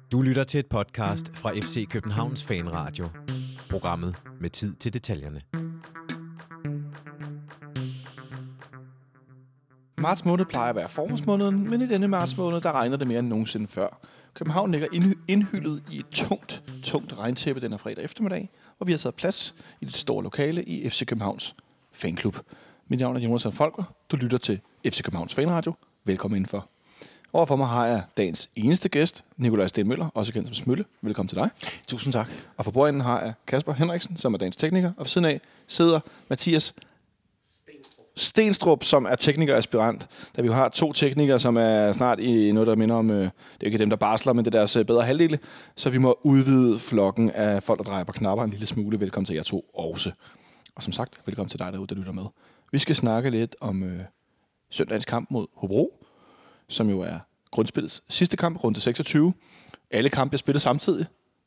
Du lytter til et podcast fra FC Københavns Fanradio. Programmet med tid til detaljerne. Marts måned plejer at være forårsmåneden, men i denne marts måned, der regner det mere end nogensinde før. København ligger indhyllet i et tungt regntæppe den fredag eftermiddag, og vi har taget plads i det store lokale i FC Københavns Fanklub. Mit navn er Jonathan Folker. Du lytter til FC Københavns Fanradio. Velkommen indenfor. Overfor mig har jeg dagens eneste gæst, Nikolaj Stenmøller, også kendt som Smølle. Velkommen til dig. Tusind tak. Og for bordenden har jeg Kasper Henriksen, som er dagens tekniker, og ved siden af sidder Mathias Stenstrup, som er teknikeraspirant. Da vi jo har to teknikere, som er snart i noget, der minder om, det er ikke dem, der barsler, men det er deres bedre halvdele, så vi må udvide flokken af folk, der drejer på knapper en lille smule. Velkommen til jer to også. Og som sagt, velkommen til dig derude, der lytter med. Vi skal snakke lidt om søndagens kamp mod Hobro, som jo er grundspillets sidste kamp, runde 26. Alle kampe bliver spillet samtidig.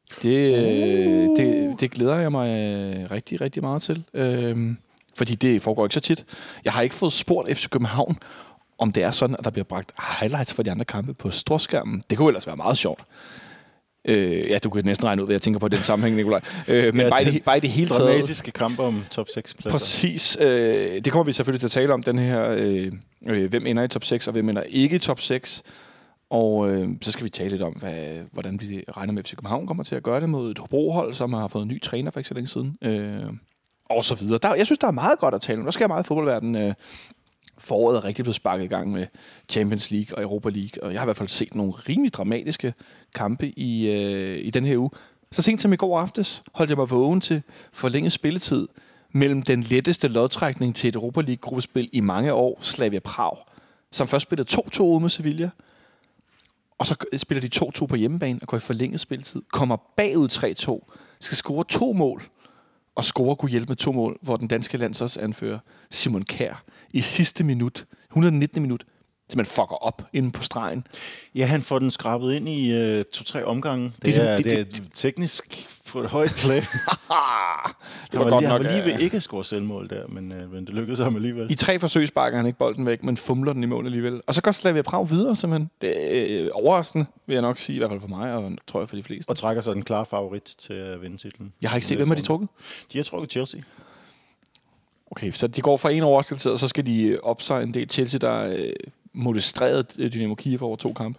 Det glæder jeg mig rigtig, rigtig meget til. Fordi det foregår ikke så tit. Jeg har ikke fået spurgt FC København, om det er sådan, at der bliver bragt highlights for de andre kampe på storskærmen. Det kunne ellers være meget sjovt. Ja, du kan næsten regne ud, hvad jeg tænker på i den sammenhæng, Nikolaj. Men ja, bare i det hele taget. Dramatiske kampe om top 6-pladser. Præcis. Det kommer vi selvfølgelig til at tale om, den her, hvem ender i top 6, og hvem ender ikke i top 6. Og så skal vi tale lidt om, hvordan vi regner med, at FC København kommer til at gøre det mod et Hobro-hold, som har fået en ny træner for ikke så længe siden. Og så videre. Jeg synes, der er meget godt at tale om. Der skal meget fodboldverden. Foråret er rigtig blevet sparket i gang med Champions League og Europa League, og jeg har i hvert fald set nogle rimelig dramatiske kampe i den her uge. Så sent som i går aftes holdt jeg mig vågen til forlænget spilletid mellem den letteste lodtrækning til et Europa League-gruppespil i mange år, Slavia Prag, som først spillede 2-2 ude med Sevilla, og så spiller de 2-2 på hjemmebane og går i forlænget spilletid, kommer bagud 3-2, skal score 2 mål, og score kunne hjælpe med 2 mål, hvor den danske landsholdsanfører Simon Kjær i sidste minut, 119. minut, simpelthen fucker op inde på stregen. Ja, han får den skrabet ind i 2-3 omgange. Det er teknisk på et højt plan. Det var godt nok. Han var lige ved ikke at score selvmål der, men det lykkedes ham alligevel. I 3 forsøg sparker han ikke bolden væk, men fumler den i mål alligevel. Og så går Slavia Prag videre, simpelthen. Det er overraskende, vil jeg nok sige, i hvert fald for mig, og tror jeg for de fleste. Og trækker så den klare favorit til at vinde titlen. Jeg har ikke set, hvem har de trukket? De har trukket Chelsea. Okay, så de går fra en overraskelse, og så skal de op sig en del. Chelsea, der modestreret Dynamo Kiev over 2 kampe.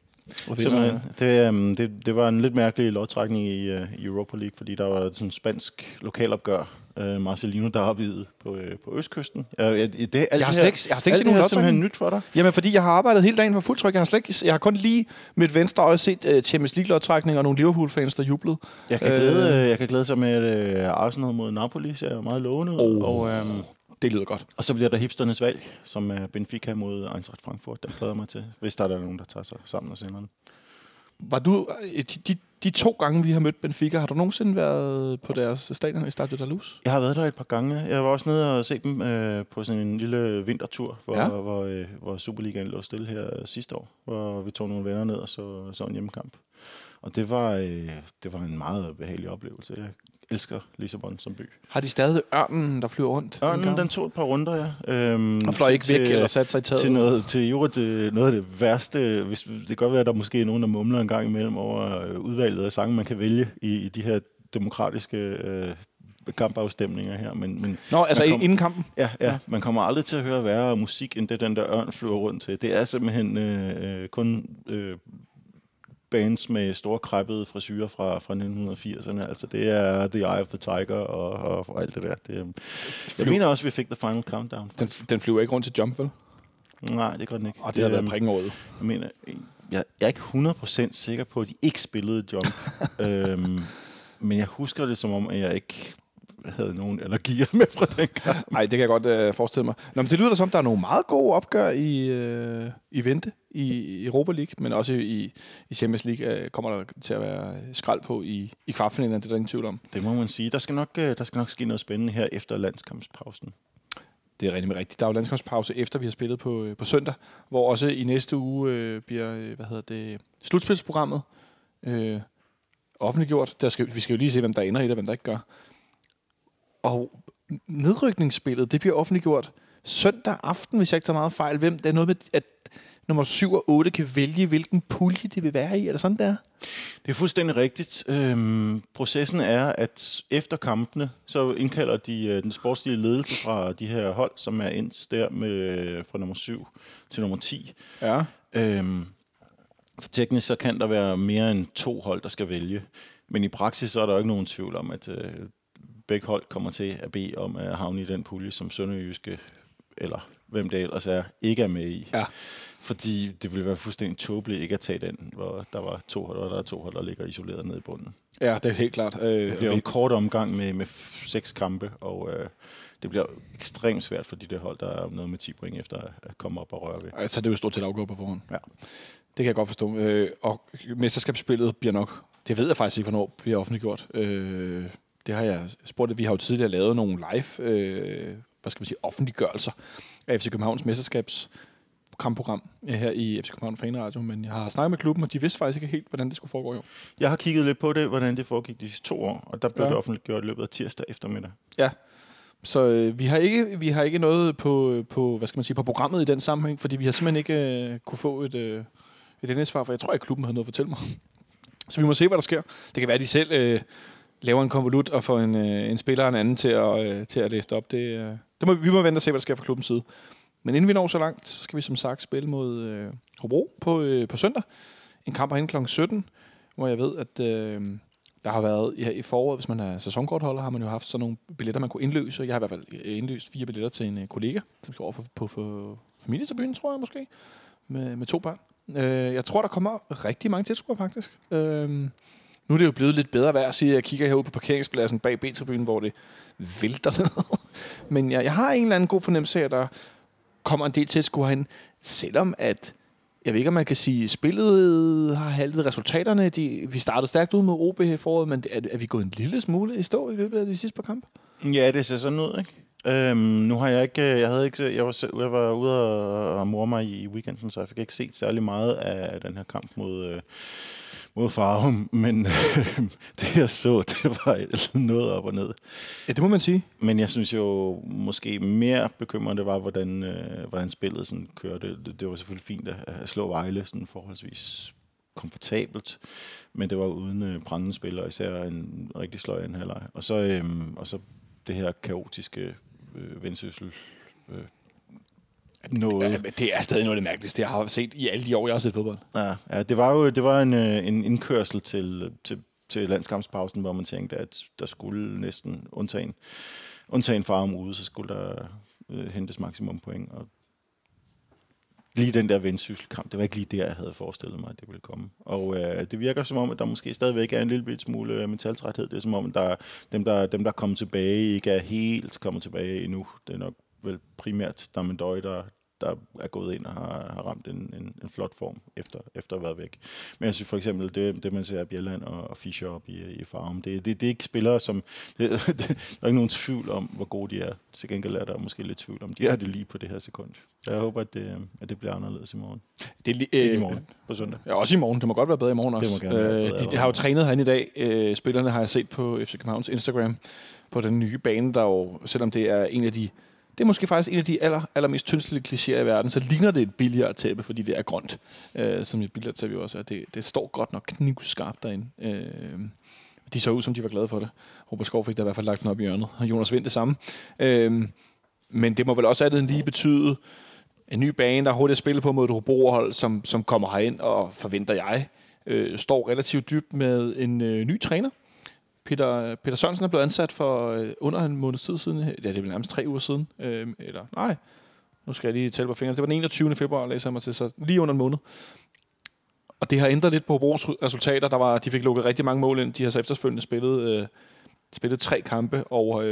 Det var en lidt mærkelig lodtrækning i Europa League, fordi der var sådan en spansk lokalopgør. Marcelino Derbyet på Østkysten. Jeg har slet ikke nogen lodtrækning nyt for dig. Jamen, fordi jeg har arbejdet hele dagen for fuld tryk. Jeg har kun lige med et venstre øje set Champions League lodtrækning og nogle Liverpool-fans, der jublede. Jeg kan glæde sig med, at Arsenal mod Napoli ser meget lovende ud. Det lyder godt. Og så bliver der hipsternes valg, som er Benfica mod Eintracht Frankfurt. Den glæder mig til, hvis der er nogen, der tager sig sammen og sender den. Var du de 2 gange, vi har mødt Benfica, har du nogensinde været på deres stadion i Stade de la Luz? Jeg har været der et par gange. Jeg var også nede og se dem på sådan en lille vintertur, hvor Superligaen lå stille her sidste år, hvor vi tog nogle venner ned og så en hjemmekamp. Og det var en meget behagelig oplevelse. Jeg elsker Lissabon som by. Har de stadig ørnen, der flyver rundt? Ørnen, den tog et par runder, ja. Og fløj ikke væk eller satte sig i taget? Til noget af det værste. Det kan godt være, at der måske er nogen, der mumler en gang imellem over udvalget af sange, man kan vælge i de her demokratiske kampafstemninger her. Inden kampen? Ja. Man kommer aldrig til at høre værre musik, end det den der ørn flyver rundt til. Det er simpelthen kun bands med store kræbbede frisyrer fra 1980'erne. Altså, det er The Eye of the Tiger og alt det der. Jeg mener også, at vi fik The Final Countdown. Den flyver ikke rundt til Jump, vel? Nej, det gør den ikke. Og det har været prikken over det. Jeg er ikke 100% sikker på, at de ikke spillede Jump. Men jeg husker det som om, at jeg ikke havde nogen allergier med fra den kamp. Nej, det kan jeg godt forestille mig. Nå, men det lyder da som, der er nogle meget gode opgør i vente i Europa League, men også i Champions League kommer der til at være skrald på i kvartfinalen, det er der ingen tvivl om. Det må man sige. Der skal nok ske noget spændende her efter landskampspausen. Det er rigtigt. Der er jo landskampspause efter vi har spillet på søndag, hvor også i næste uge bliver slutspilsprogrammet offentliggjort. Vi skal jo lige se, hvem der ender i det, og hvem der ikke gør. Og nedrykningsspillet, det bliver offentliggjort søndag aften, hvis jeg ikke tager meget fejl. Det er noget med, at nummer 7 og 8 kan vælge, hvilken pulje det vil være i. Er det sådan, der? Det er fuldstændig rigtigt. Processen er, at efter kampene, så indkalder de den sportslige ledelse fra de her hold, som er ens der med fra nummer 7 til nummer 10. Ja. For teknisk så kan der være mere end 2 hold, der skal vælge. Men i praksis så er der jo ikke nogen tvivl om, at begge hold kommer til at bede om at havne i den pulje, som Sønderjyske, eller hvem det ellers er, ikke er med i. Ja. Fordi det ville være fuldstændig tåbeligt ikke at tage den, hvor der var 2 hold, og der er 2 hold, der ligger isoleret nede i bunden. Ja, det er helt klart. Det bliver en kort omgang med 6 kampe, og det bliver ekstremt svært for de der hold, der er noget med 10 point efter at komme op og røre ved. Altså, det er jo stort set afgjort på forhånd. Ja. Det kan jeg godt forstå. Og mesterskabsspillet bliver nok, det ved jeg faktisk ikke, hvornår bliver offentliggjort. Det har jeg spurgt. Vi har jo tidligere lavet nogle live, offentliggørelser af FC Københavns mesterskabskampprogram her i FC København Fanradio, men jeg har snakket med klubben, og de vidste faktisk ikke helt, hvordan det skulle foregå. Jo. Jeg har kigget lidt på det, hvordan det foregik de sidste 2 år, og der blev det offentliggjort i løbet af tirsdag eftermiddag. Ja, så vi har ikke noget på på programmet i den sammenhæng, fordi vi har simpelthen ikke kunne få et endesvar, for jeg tror ikke, klubben havde noget at fortælle mig. Så vi må se, hvad der sker. Det kan være, at de selv laver en konvolut og får en spiller og en anden til at læse det op. Vi må vente og se, hvad der sker fra klubbens side. Men inden vi når så langt, så skal vi som sagt spille mod Hobro på søndag. En kamp herinde kl. 17, hvor jeg ved, at der har været i foråret, hvis man er sæsonkortholder, har man jo haft sådan nogle billetter, man kunne indløse. Jeg har i hvert fald indløst 4 billetter til en kollega, som skal over på familietribunen, tror jeg måske, med 2 børn. Jeg tror, der kommer rigtig mange tilskuere, faktisk. Nu er det jo blevet lidt bedre vejr at sige, at jeg kigger herude på parkeringspladsen bag B-tribunen, hvor det vælter ned. Men jeg har en eller anden god fornemmelse af, at der kommer en del tilskuere hen, selvom at, jeg ved ikke, om man kan sige, spillet har haltet resultaterne. Vi startede stærkt ud med OB her i foråret, men er vi gået en lille smule i stå i løbet af de sidste par kampe? Ja, det ser sådan ud, ikke? Nu har jeg ikke, jeg var ude og more mig i weekenden, så jeg fik ikke set særlig meget af den her kamp mod Farum, men det jeg så, det var noget op og ned. Ja, det må man sige. Men jeg synes jo måske mere bekymrende var, hvordan spillet sådan kørte. Det var selvfølgelig fint at slå Vejle sådan forholdsvis komfortabelt, men det var uden prangende spillere, især en rigtig sløj en halvleg. Og så det her kaotiske Vendsyssel noget. Ja, det er stadig noget af det mærkeligste, jeg har set i alle de år, jeg har set fodbold. Ja, det var en indkørsel til landskampspausen, hvor man tænkte, at der skulle næsten undtagen Farum ude, så skulle der hentes maksimum point. Og lige den der Vendsyssel-kamp, det var ikke lige der, jeg havde forestillet mig, at det ville komme. Og det virker som om, at der måske stadigvæk er en lille smule mentaltræthed. Det er som om, at dem, der er kommet tilbage, ikke er helt kommet tilbage endnu. Det er nok vel primært Damendøj, der er gået ind og har ramt en flot form efter at have været væk. Men jeg synes for eksempel, det man ser af Bjelland og Fischer op i Farum, det er ikke spillere, som... der er ikke nogen tvivl om, hvor gode de er. Til gengæld er der måske lidt tvivl om, de er det lige på det her sekund. Jeg håber, at det bliver anderledes i morgen. Ikke i morgen, på søndag. Ja, også i morgen. Det må godt være bedre i morgen også. Det må gerne være bedre de har jo trænet herinde i dag. Spillerne har jeg set på FC Københavns Instagram, på den nye bane, der jo, selvom det er en af de... Det er måske faktisk en af de allermest tyndslede klichéer i verden, så ligner det et billiardtæppe, fordi det er grønt, som et billiardtæppe også er. Det står godt nok knivskarpt derinde. De så ud, som de var glade for det. Robert Skov fik der i hvert fald lagt den op i hjørnet, og Jonas Vind det samme. Men det må vel også altid lige betyde en ny bane, der er hurtigt at spille på mod et Hobro-hold, som kommer herind og, forventer jeg, står relativt dybt med en ny træner. Peter Sørensen er blevet ansat for under en måneds tid siden. Ja, det er vel nærmest 3 uger siden. Nej, nu skal jeg lige tælle på fingrene. Det var den 21. februar, læser jeg mig til, så lige under en måned. Og det har ændret lidt på Hobros resultater. De fik lukket rigtig mange mål ind. De har så efterfølgende spillet 3 kampe, og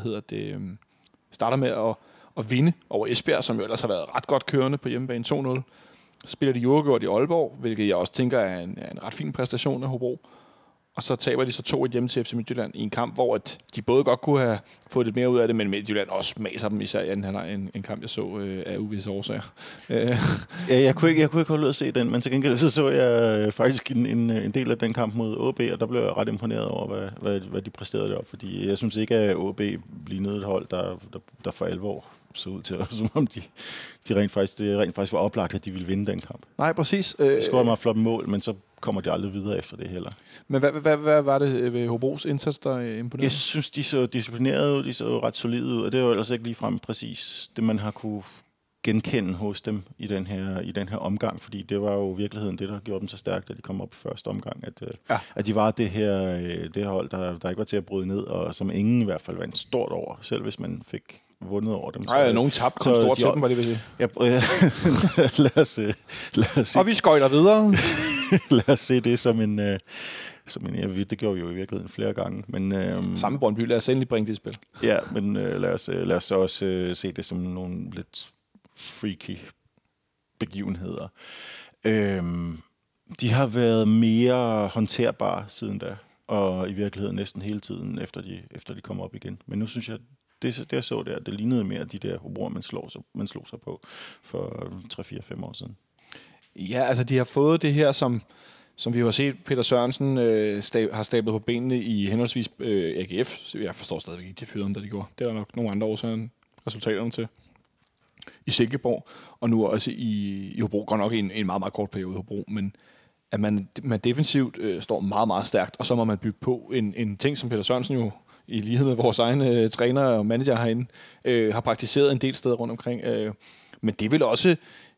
starter med at vinde over Esbjerg, som jo ellers har været ret godt kørende på hjemmebane 2-0. Så spiller de uafgjort i Aalborg, hvilket jeg også tænker er en ret fin præstation af Hobro. Og så taber de så 2-1 hjemme til FC Midtjylland i en kamp, hvor at de både godt kunne have fået lidt mere ud af det, men Midtjylland også maser dem, især i anden halvleg, en kamp, jeg så af uvisse årsager. Ja, jeg kunne ikke holde ud at se den, men til gengæld så jeg faktisk en del af den kamp mod OB, og der blev jeg ret imponeret over, hvad de præsterede deroppe, fordi jeg synes ikke, at OB lignede et hold, der for alvor så ud til, som om de rent faktisk var oplagt, at de ville vinde den kamp. Nej, præcis. De scorede meget flot mål, men så kommer de aldrig videre efter det heller. Men hvad var det ved Hobros indsats, der imponerede? Jeg synes, de så disciplinerede ud, de så ret solide ud, og det var ellers ikke ligefrem præcis det, man har kunne genkende hos dem i den her omgang, fordi det var jo i virkeligheden det, der gjorde dem så stærkt, at de kom op i første omgang, at de var det her hold, der ikke var til at bryde ned, og som ingen i hvert fald vandt stort over, selv hvis man fik vundet over dem. Nej, nogen tabte kun stort til dem, var det vil sige. Lad os se. Og vi skøjter videre. Lad os se det som en det gjorde vi jo i virkeligheden flere gange. Men, samme Brøndby, lad os endelig bringe det i spil. Ja, men lad os så også se det som nogle lidt freaky begivenheder. De har været mere håndterbare siden da, og i virkeligheden næsten hele tiden, efter de kommer op igen. Men nu synes jeg, det jeg så der, det lignede mere de der hobroer, man slog sig på for 3-4-5 år siden. Ja, altså de har fået det her, som vi har set Peter Sørensen har stablet på benene i henholdsvis AGF. Så jeg forstår stadigvæk ikke, de fyrede dem, da de går. Det er der nok nogle andre årsager end resultaterne til. I Silkeborg, og nu også i Hobro. Går nok i en meget, meget kort periode i Hobro, men at man defensivt står meget, meget stærkt, og så må man bygge på en ting, som Peter Sørensen jo, i lighed med vores egne træner og manager herinde, har praktiseret en del steder rundt omkring. Men det vil også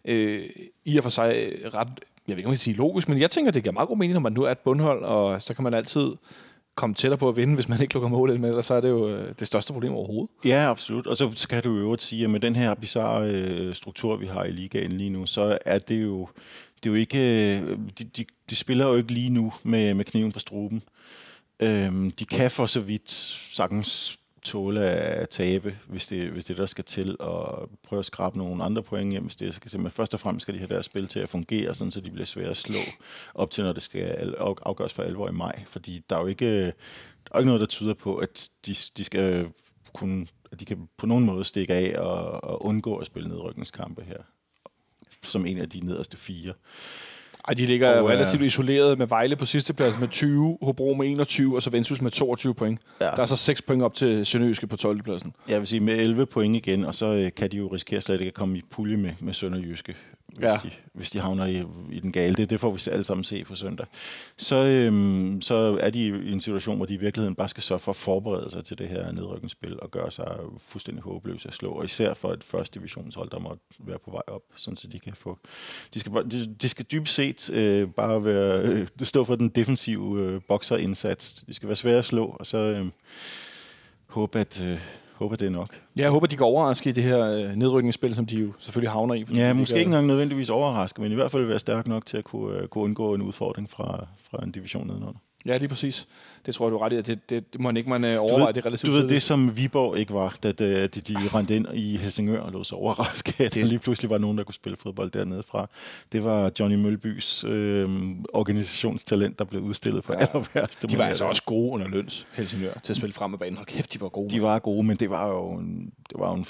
i og for sig ret, jeg ved ikke, om jeg kan sige logisk, men jeg tænker, det giver meget god mening, når man nu er et bundhold, og så kan man altid komme tættere på at vinde, hvis man ikke lukker mål ind med, ellers så er det jo det største problem overhovedet. Ja, absolut. Og så kan du jo øvrigt sige, at med den her bizarre struktur, vi har i ligaen lige nu, så er det jo ikke, de spiller jo ikke lige nu med kniven på struben. De kan for så vidt sagtens tåle at tabe, hvis det der skal til, og prøve at skrabe nogle andre point hjem, hvis det skal til. Men først og fremmest skal de have deres spil til at fungere, sådan, så de bliver svære at slå op til, når det skal afgøres for alvor i maj. Fordi der er jo ikke noget, der tyder på, at de skal kunne, at de kan på nogen måde stikke af og undgå at spille nedrykningskampe her, som en af de nederste 4. Ej, de ligger relativt isoleret med Vejle på sidsteplads med 20, Hobro med 21, og så Vendsyssel med 22 point. Ja. Der er så 6 point op til Sønderjyske på 12. pladsen. Jeg vil sige med 11 point igen, og så kan de jo risikere slet ikke at komme i pulje med Sønderjyske, hvis de havner i den gale. Det får vi alle sammen se på søndag. Så er de i en situation, hvor de i virkeligheden bare skal sørge for at forberede sig til det her nedrykningsspil og gøre sig fuldstændig håbløse at slå. Og især for et første divisionshold, der må være på vej op, sådan så de kan få... De skal dybest set bare stå for den defensive bokserindsats. De skal være svære at slå, og så håbe, det er nok. Ja, jeg håber, de går overraske i det her nedrykningsspil, som de jo selvfølgelig havner i. Ja, måske ikke engang nødvendigvis overraske, men i hvert fald være stærk nok til at kunne undgå en udfordring fra en division nedenunder. Ja, lige præcis. Det tror jeg, du er ret i. Det må man overveje. Det relativt. Du ved det, som Viborg ikke var, da de rendte ind i Helsingør og lå så overrasket, at der lige pludselig var nogen, der kunne spille fodbold dernede fra. Det var Johnny Mølbys organisationstalent, der blev udstillet på allerværste. De var altså også gode under løns, Helsingør, til at spille frem med banen. Hold kæft, de var gode. De var gode, men det var en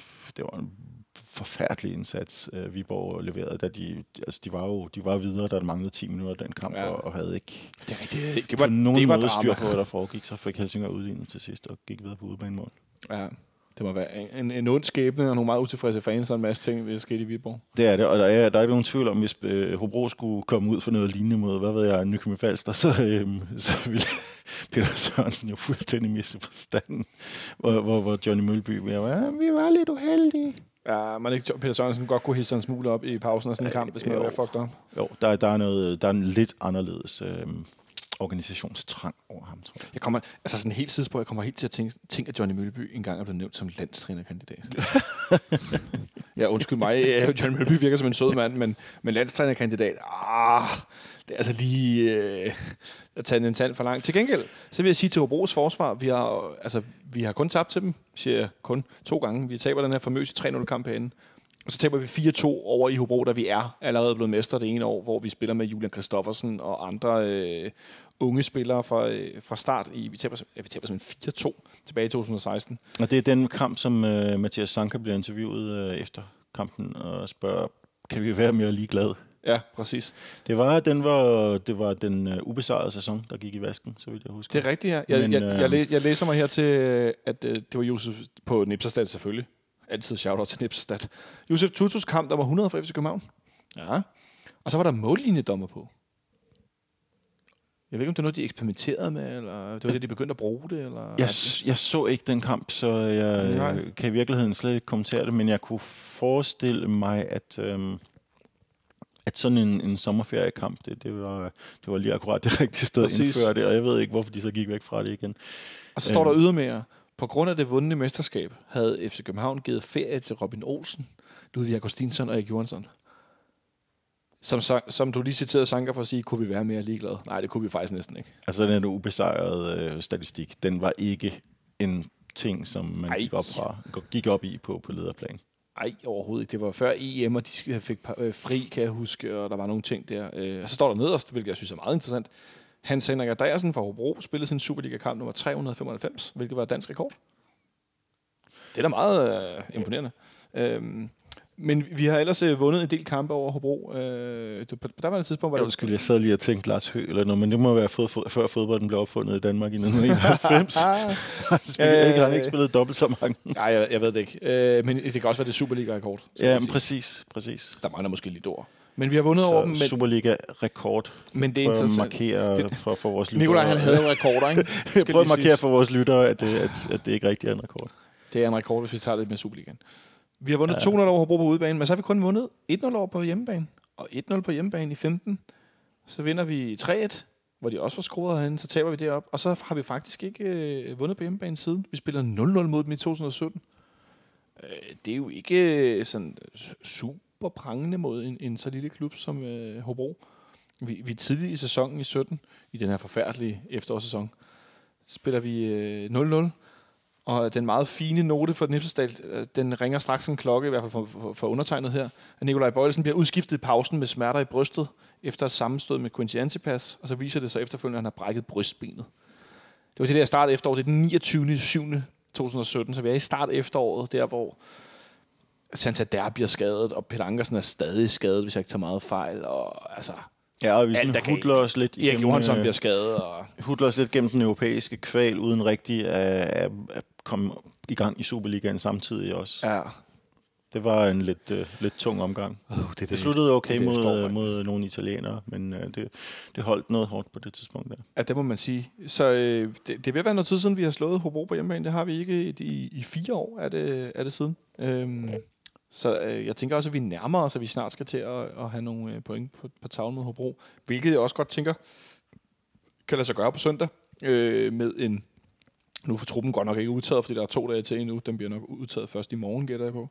forfærdelig indsats, Viborg leverede, da de var videre, da der manglede 10 minutter den kamp, og havde ikke det var måde styr på, hvad der foregik, så fik Helsingør udlignet til sidst og gik videre på udebanemål. Ja, det må være en ond skæbne og nogle meget utilfredse fans og en masse ting, hvis det skete i Viborg. Det er det, og der er ikke nogen tvivl om, hvis Hobro skulle komme ud for noget lignende mod, hvad ved jeg, Nykøbing Falster, så ville Peter Sørensen jo fuldstændig miste forstanden, hvor Johnny Mølby vi var lidt uheldige. Ja, man ikke Peter Sørensen godt kunne hisse en smule op i pausen af sådan en kamp, hvis man var fucked up. Jo, der er en lidt anderledes organisationstrang over ham, tror jeg. Jeg kommer, altså sådan helt sidespor, jeg kommer helt til at tænke, at Johnny Mølby engang er blevet nævnt som landstrænerkandidat. Ja, undskyld mig, Johnny Mølby virker som en sød mand, men landstrænerkandidat, det er altså lige at tage en tand for langt. Til gengæld, så vil jeg sige til Hobros forsvar, vi har kun tabt til dem, siger jeg kun 2 gange. Vi taber den her famøse 3-0-kamp herinde. Og så taber vi 4-2 over i Hobro, da vi er allerede blevet mestre det ene år, hvor vi spiller med Julian Kristoffersen og andre unge spillere fra start. Vi taber simpelthen 4-2 tilbage i 2016. Og det er den kamp, som Mathias Sanka bliver interviewet efter kampen og spørger, kan vi være mere ligeglade? Ja, præcis. Det var den ubesejrede sæson, der gik i vasken, så vidt jeg husker. Det er rigtigt, ja. Jeg læser mig her til, at det var Josef på Nipserstad selvfølgelig. Altid shout-out til Nipserstad. Josef Tutus kamp, der var 100 for FC København. Ja. Og så var der mållinjedommer på. Jeg ved ikke, om det er noget, de eksperimenterede med, eller det var det, de begyndte at bruge det, eller... Jeg så ikke den kamp, så jeg kan i virkeligheden slet ikke kommentere det, men jeg kunne forestille mig, at sådan en sommerferiekamp, det var lige akkurat det rigtige sted at indføre det, og jeg ved ikke, hvorfor de så gik væk fra det igen. Og så står der ydermere, på grund af det vundne mesterskab, havde FC København givet ferie til Robin Olsen, Ludvig Augustinsson og Erik Johansson. Som du lige citerede Sanker for at sige, kunne vi være mere ligeglade? Nej, det kunne vi faktisk næsten ikke. Altså den ubesejrede statistik, den var ikke en ting, som man gik op i på lederplan. Nej, overhovedet ikke. Det var før EM, og de fik fri, kan jeg huske, og der var nogle ting der. Og så står der nederst, hvilket jeg synes er meget interessant. Hans Henrik Andreasen fra Hobro spillede sin Superliga-kamp nummer 395, hvilket var dansk rekord. Det er da meget imponerende. Men vi har ellers vundet en del kampe over Hobro. Der var et tidspunkt, hvor jeg sad lige og tænkte Lars Høgh eller noget, men det må være før fodbolden blev opfundet i Danmark i 1991. Han har ikke spillet dobbelt så mange. Nej, jeg ved det ikke. Men det kan også være det Superliga-rekord. Ja, men præcis. Der mangler måske lidt ord. Men vi har vundet over dem. Superliga-rekord. Men det er interessant. Markere for vores lyttere. Nikolaj, han havde rekorder, ikke? Jeg prøver at markere for vores lyttere, at det ikke rigtig er en rekord. Det er en rekord, hvis vi tager det med Superligaen. Vi har vundet 2-0 over Hobro på udebane, men så har vi kun vundet 1-0 over på hjemmebane. Og 1-0 på hjemmebane i 15. Så vinder vi 3-1, hvor de også var scoret herinde, så taber vi det op. Og så har vi faktisk ikke vundet på hjemmebane siden. Vi spiller 0-0 mod dem i 2017. Det er jo ikke sådan super prangende mod en så lille klub som Hobro. Vi er tidligt i sæsonen i 17, i den her forfærdelige efterårssæson, spiller vi 0-0. Og den meget fine note for Nipserstad, den ringer straks en klokke, i hvert fald for undertegnet her. At Nikolaj Bøjlesen bliver udskiftet i pausen med smerter i brystet, efter et sammenstød med Quincy Antipas, og så viser det sig efterfølgende, at han har brækket brystbenet. Det var det der start efterår, det er den 29.7.2017, så vi er i start efteråret, der hvor Santander bliver skadet, og Peter Ankersen er stadig skadet, hvis jeg ikke tager meget fejl, og altså... Ja, og vi hudler os lidt Erik Johansson bliver skadet. Og hudler os lidt gennem den europæiske kval, uden rigtig at komme i gang i Superligaen samtidig også. Ja. Det var en lidt tung omgang. Det sluttede okay mod nogle italienere, men det holdt noget hårdt på det tidspunkt der. Ja, det må man sige. Så det vil være noget tid siden, vi har slået Hobro på hjemmebane. Det har vi ikke i 4 år, er det siden. Så jeg tænker også, at vi nærmer os, at vi snart skal til at have nogle point på tavlen mod Hobro. Hvilket jeg også godt tænker, kan lade sig gøre på søndag. Med en... Nu får truppen godt nok ikke udtaget, fordi der er 2 dage til endnu. Den bliver nok udtaget først i morgen, gætter jeg på.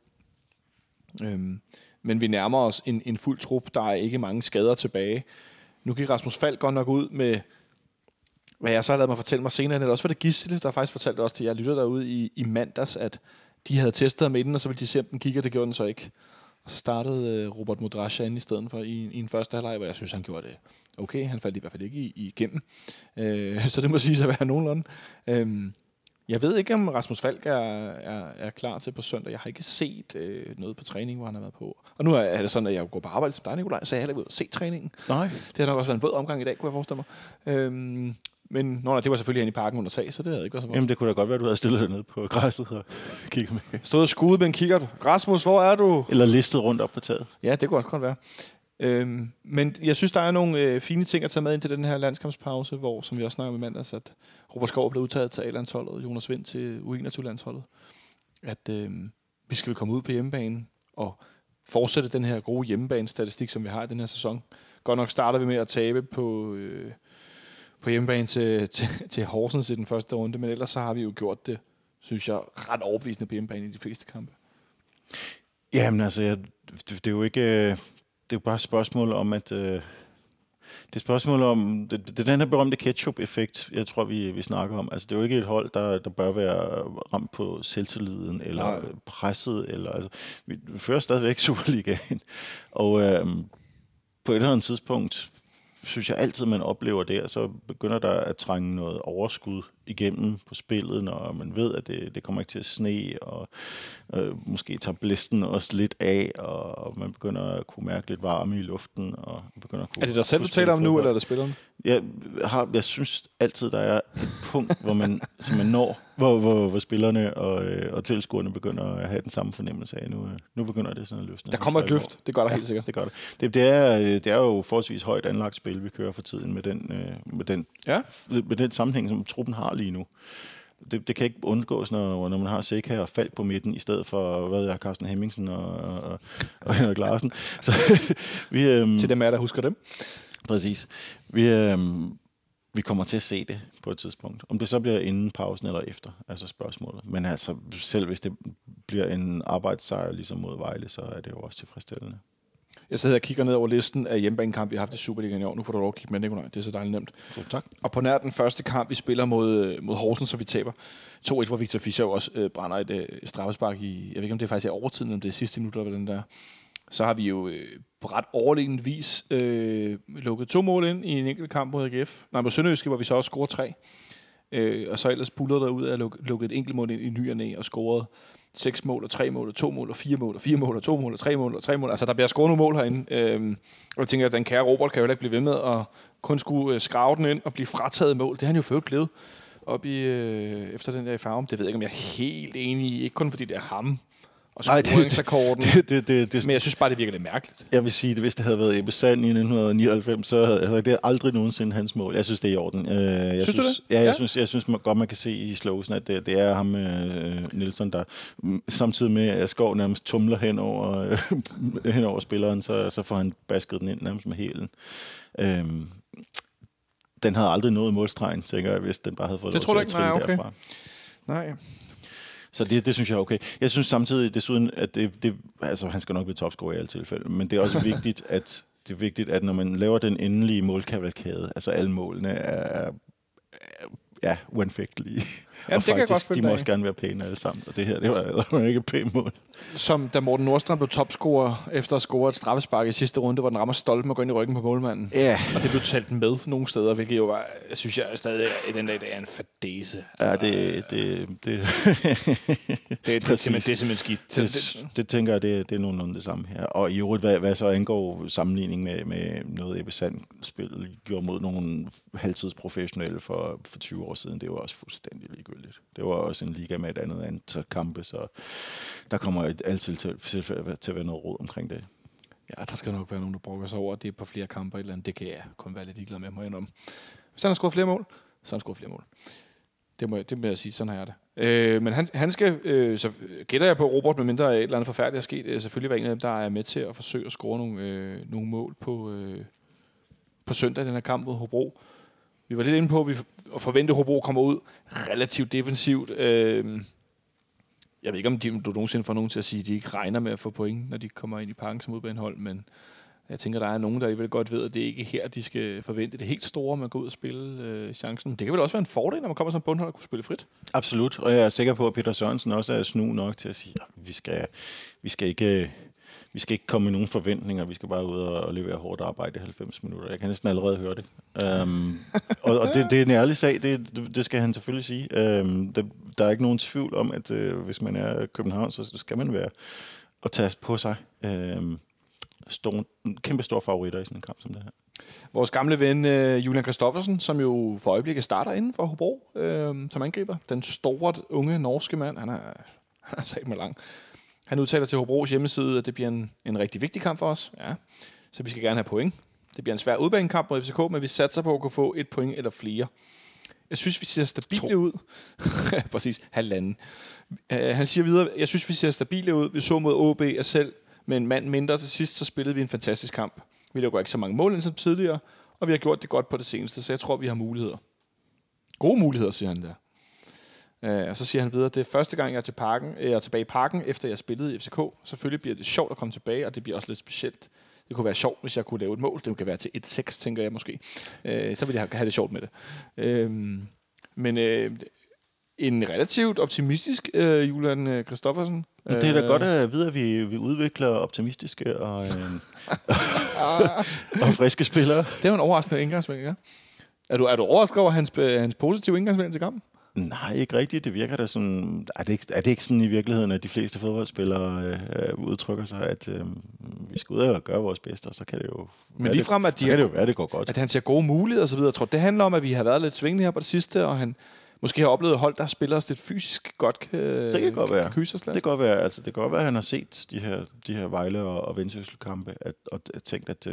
Men vi nærmer os en fuld trup. Der er ikke mange skader tilbage. Nu gik Rasmus Falk godt nok ud med... Hvad jeg så har lavet mig fortælle mig senere. Det også var det Gisle, der faktisk fortalte også til jer lytter derude i mandags, at de havde testet ham inden, og så ville de se, om den kigger. Det gjorde den så ikke. Og så startede Robert Modrasja ind i stedet for i en første halvleg, hvor jeg synes, han gjorde det okay. Han faldt i hvert fald ikke igennem. Så det må siges at være nogenlunde. Jeg ved ikke, om Rasmus Falk er klar til på søndag. Jeg har ikke set noget på træning, hvor han har været på. Og nu er det sådan, at jeg går på arbejde som dig, Nikolaj, så jeg har heller ikke ud og se træningen. Nej. Det har nok også været en våd omgang i dag, kunne jeg forestille mig. Men det var selvfølgelig hen i parken under tag, så det havde ikke været så godt. Jamen, det kunne da godt være, at du havde stillet dig ned på græsset og kigget med. Stod og skudt med en kikkert. Rasmus, hvor er du? Eller listet rundt op på taget. Ja, det kunne også godt være. Men jeg synes, der er nogle fine ting at tage med ind til den her landskampspause, hvor, som vi også snakker med mandags, at Robert Skov blev udtaget til A-landsholdet, Jonas Vind til U21-landsholdet. At vi skal komme ud på hjemmebanen og fortsætte den her gode hjemmebane-statistik, som vi har i den her sæson. Godt nok starter vi med at tabe på hjemmebane til Horsens i den første runde, men ellers så har vi jo gjort det, synes jeg, ret overbevisende på hjemmebane i de fleste kampe. Jamen altså, det er jo ikke... Det er jo bare et spørgsmål om, at... det er et spørgsmål om... Det er den her berømte ketchup-effekt, jeg tror, vi snakker om. Altså, det er jo ikke et hold, der bør være ramt på selvtilliden, eller presset, eller... Altså, vi fører stadigvæk Superligaen. Og på et eller andet tidspunkt, synes jeg altid, man oplever det, og så begynder der at trænge noget overskud igennem på spillet, når man ved, at det kommer ikke til at sne, og måske tager blæsten også lidt af, og man begynder at kunne mærke lidt varme i luften. Og begynder at kunne er det dig selv, du taler om nu, eller er det spillerne? Jeg synes altid, der er et punkt, hvor man simpelthen når, hvor spillerne og tilskuerne begynder at have den samme fornemmelse af, nu begynder det sådan at løsne. Der kommer et løft, det gør der helt sikkert. Det gør det. Det er jo forholdsvis højt anlagt spil, vi kører for tiden med den sammenhæng, som truppen har lige nu. Det kan ikke undgås, når man har Seca og Falk på midten, i stedet for, Carsten Hemmingsen og Henrik Larsen. Så, til dem der husker dem. Præcis. Vi kommer til at se det på et tidspunkt. Om det så bliver inden pausen eller efter, altså spørgsmålet. Men altså, selv hvis det bliver en arbejdssejr ligesom mod Vejle, så er det jo også tilfredsstillende. Jeg sidder og kigger ned over listen af hjemmebanekamp, vi har haft i Superligaen i år. Nu får du lov at kigge med, Nikolaj. Det er så dejligt nemt. Tak. Og på nær den første kamp, vi spiller mod Horsens, så vi taber 2-1, hvor Victor Fischer også brænder et straffespark i, jeg ved ikke, om det er faktisk i overtiden, om det er sidste minutter eller den der. Så har vi jo på ret overliggende vis lukket 2 mål ind i en enkelt kamp mod AGF. Nej, mod Sønderjyske, hvor vi så også scorer 3. Og så ellers bullede der ud af at lukke et enkelt mål ind i ny og næ og scorede 6 mål og 3 mål og 2 mål og 4 mål og 4 mål og 2 mål og 3 mål og 3 mål. Altså, der bliver scoret nogle mål herinde. Og jeg tænker, at den kære Robert kan jo ikke blive ved med at kun skulle skrave den ind og blive frataget mål. Det har han jo før blevet op i, efter den der i Farum. Det ved jeg ikke, om jeg er helt enig i. Ikke kun fordi det er ham og scoringsrekorden. Men jeg synes bare, det virker lidt mærkeligt. Jeg vil sige, at hvis det havde været Ebbe Sand i 1999, så havde det aldrig nogensinde hans mål. Jeg synes, det er i orden. Synes du det? Ja, jeg synes godt, man kan se i slowsen, at det er ham, Nielsen, der samtidig med, at Skov nærmest tumler hen over spilleren, så får han basket den ind nærmest med hælen. Den havde aldrig nået målstregen, tænker jeg, hvis den bare havde fået lov til at trille derfra. Nej. Så det synes jeg er okay. Jeg synes samtidig desuden, at altså han skal nok blive topscorer i alle tilfælde, men det er også vigtigt, at når man laver den endelige målkavalkade, altså alle målene er uanfægtelige. Jamen, og faktisk, de må også gerne være pæne alle sammen, og det her, det var ikke et pænt mål. Som da Morten Nordstrand blev topscorer efter at score et straffespark i sidste runde, hvor den rammer Stolpen og går ind i ryggen på målmanden. Ja. Og det blev talt med nogle steder, hvilket jo var, synes jeg stadig i den dag, det er en fadese. Altså, ja, det er simpelthen skidt. Det tænker jeg, det er nogenlunde det samme her. Og i øvrigt, hvad så angår sammenligning med noget Ebbe Sand-spil gjorde mod nogle halvtidsprofessionelle for 20 år siden, det var også fuldstændig ligegyldigt. Det var også en liga med et andet antal kampe, så der kommer altid til at være noget råd omkring det. Ja, der skal nok være nogen, der brokker sig over, at det er på flere kamper et eller andet. Det kan jeg kun være lidt ligeglad med, må jeg indrømme. Hvis han har scoret flere mål, så har han scoret flere mål. Det må jeg sige, sådan har jeg det. Men han skal, så gætter jeg på Robert, medmindre et eller andet forfærdeligt er sket, selvfølgelig være en af dem, der er med til at forsøge at score nogle mål på søndag i den her kamp mod Hobro. Vi var lidt inde på, at vi forventer, at Hobro kommer ud relativt defensivt. Jeg ved ikke, om du nogensinde får nogen til at sige, at de ikke regner med at få point, når de kommer ind i parken som udbanehold, men jeg tænker, der er nogen, der alligevel godt ved, at det ikke er her, de skal forvente det helt store, man går ud og spille chancen. Det kan vel også være en fordel, når man kommer som bundhold og kunne spille frit? Absolut, og jeg er sikker på, at Peter Sørensen også er snu nok til at sige, at vi skal ikke komme med nogen forventninger, vi skal bare ud og levere hårdt arbejde i 90 minutter. Jeg kan næsten allerede høre det. Og det er en ærlig sag, det skal han selvfølgelig sige. Der er ikke nogen tvivl om, at hvis man er København, så skal man være at tage på sig kæmpe store favoritter i sådan en kamp som det her. Vores gamle ven Julian Kristoffersen, som jo for øjeblikket starter inden for Hobro som angriber. Den store, unge norske mand, han er sagt med lang. Han udtaler til Hobros hjemmeside, at det bliver en rigtig vigtig kamp for os. Ja. Så vi skal gerne have point. Det bliver en svær udbanekamp mod FCK, men vi satser på at kunne få 1 point eller flere. Jeg synes, vi ser stabile ud. Præcis, halvanden. Han siger videre, jeg synes, vi ser stabile ud. Vi så mod OB og selv med en mand mindre til sidst, så spillede vi en fantastisk kamp. Vi lukker ikke så mange mål ind som tidligere, og vi har gjort det godt på det seneste, så jeg tror, vi har muligheder. Gode muligheder, siger han der. Og så siger han videre, det er første gang, jeg er tilbage i parken, efter jeg spillede i FCK. Selvfølgelig bliver det sjovt at komme tilbage, og det bliver også lidt specielt. Det kunne være sjovt, hvis jeg kunne lave et mål. Det kan være til 1-6, tænker jeg måske. Så vil jeg have det sjovt med det. Men en relativt optimistisk Julian Kristoffersen. Det er da godt at vide, at vi udvikler optimistiske og friske spillere. Det var en overraskende indgangsvinkel, ja. Er du overrasket over hans positive indgangsvinkel til kampen? Nej, ikke rigtigt. Det virker da sådan... Er det ikke sådan i virkeligheden, at de fleste fodboldspillere udtrykker sig, at vi skal ud og gøre vores bedste, og så kan det jo... Men ligefrem, at det går godt. At han ser gode muligheder og så videre. Jeg tror, det handler om, at vi har været lidt svingende her på det sidste, og han måske har oplevet hold, der spiller os lidt fysisk godt kan kyse os lidt. Det kan godt være. Altså, det kan godt være, at han har set de her Vejle og Vendsyssel-kampe, og tænkt, at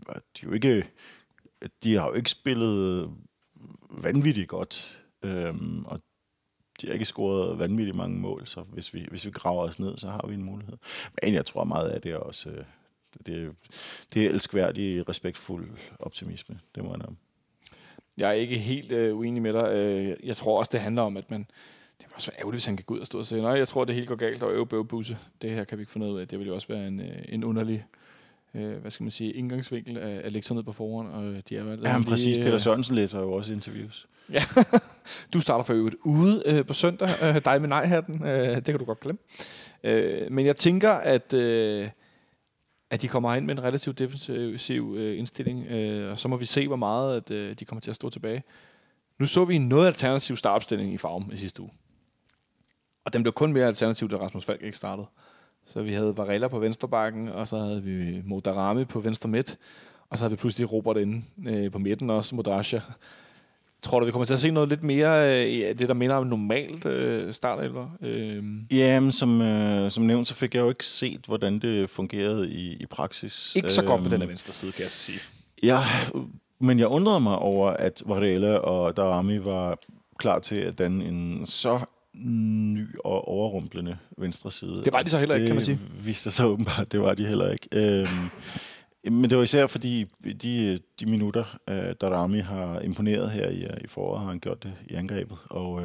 de har jo ikke spillet vanvittigt godt. Og de har ikke scoret vanvittigt mange mål, så hvis vi graver os ned, så har vi en mulighed. Men jeg tror meget af det er også det er elskværdig, respektfuld optimisme. Det må jeg nævne. Jeg er ikke helt uenig med dig. Jeg tror også, det handler om, at det vil også være ærgerligt, hvis han kan gå ud og stå og sige, nej, jeg tror, det hele går galt, og busse. Det her kan vi ikke finde ud af. Det vil jo også være en underlig indgangsvinkel at lægge sig ned på forhånd. Og de er præcis. Peter Sørensen læser jo også interviews. Ja, du starter for øvrigt ude på søndag. Dig med nej-hatten. Det kan du godt glemme. Men jeg tænker, at de kommer ind med en relativt defensiv indstilling, og så må vi se, hvor meget at de kommer til at stå tilbage. Nu så vi noget alternativ startopstilling i Farum i sidste uge. Og den blev kun mere alternativ, da Rasmus Falk ikke startede. Så vi havde Varela på venstrebakken, og så havde vi Modarami på venstre midt, og så havde vi pludselig Robert inde på midten også, Modrasja. Tror du, vi kommer til at se noget lidt mere af det, der minder om normalt startelver? Jamen, som nævnt, så fik jeg jo ikke set, hvordan det fungerede i praksis. Ikke så godt på den venstre side, kan jeg så sige. Ja, men jeg undrede mig over, at Varela og Darami var klar til at danne en så ny og overrumplende venstre side. Det var de så heller ikke, kan man sige. Det viste sig åbenbart, det var de heller ikke. Men det var især fordi de minutter, Darami har imponeret her i foråret, har han gjort det i angrebet. Og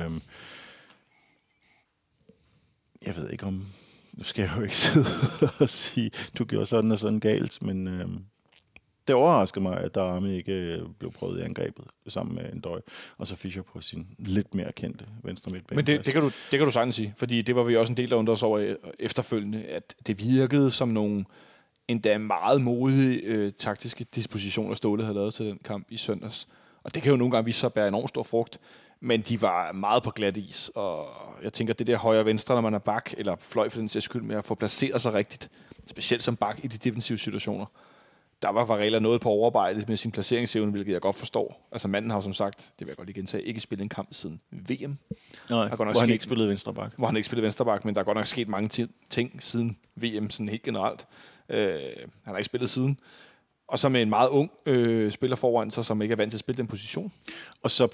jeg ved ikke om... Nu skal jeg jo ikke sidde og sige, du gjorde sådan og sådan galt, men det overraskede mig, at Darami ikke blev prøvet i angrebet sammen med Ndøj, og så Fischer på sin lidt mere kendte venstre midtbane. Men det kan du sagtens sige, fordi det var vi også en del, der undrede os over efterfølgende, at det virkede som nogle endda meget modige taktiske dispositioner, Ståle havde lavet til den kamp i søndags. Og det kan jo nogle gange vise sig at bære enormt stor frugt, men de var meget på glat is, og jeg tænker, det der højre og venstre, når man er bak, eller fløj for den sags skyld med at få placeret sig rigtigt, specielt som bak i de defensive situationer, der var Varela noget på overarbejde med sin placeringsevne, hvilket jeg godt forstår. Altså manden har jo som sagt, det vil jeg godt lige gentage, ikke spillet en kamp siden VM. Nej, hvor han ikke spillede venstreback. Hvor han ikke spillede venstreback, men der er godt nok sket mange ting siden VM, sådan helt generelt. Han har ikke spillet siden. Og så med en meget ung spiller foran sig, som ikke er vant til at spille den position. Og så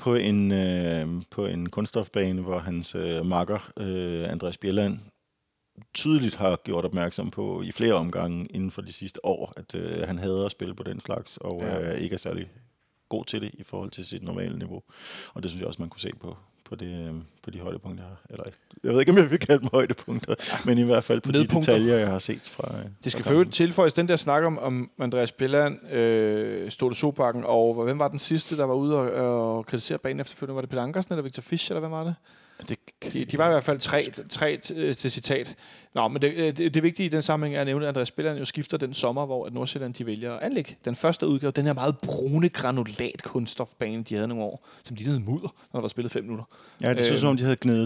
på en kunststofbane, hvor hans makker, Andreas Bjelland, tydeligt har gjort opmærksom på i flere omgange inden for de sidste år, at han hader at spille på den slags, og ikke er særlig god til det i forhold til sit normale niveau. Og det synes jeg også, man kunne se på de højdepunkter her. Eller, jeg ved ikke, om jeg vil kalde dem højdepunkter, men i hvert fald på de detaljer, jeg har set fra... Det skal for tilføjes den der snak om Andreas Bjelland, Ståle Sobakken, og hvem var den sidste, der var ude og kritisere banen efterfølgende? Var det Peter Ankersen eller Victor Fischer, eller hvad var det? De var i hvert fald tre til citat. Nå, men det vigtige i den sammenhæng er at nævne, at Andreas Bjelland jo skifter den sommer, hvor Nordsjælland de vælger at anlægge den første udgave, den her meget brune granulat kunststofbane, de havde nogle år, som lignede mudder, når der var spillet 5 minutter. Ja, det synes som om de havde gnædet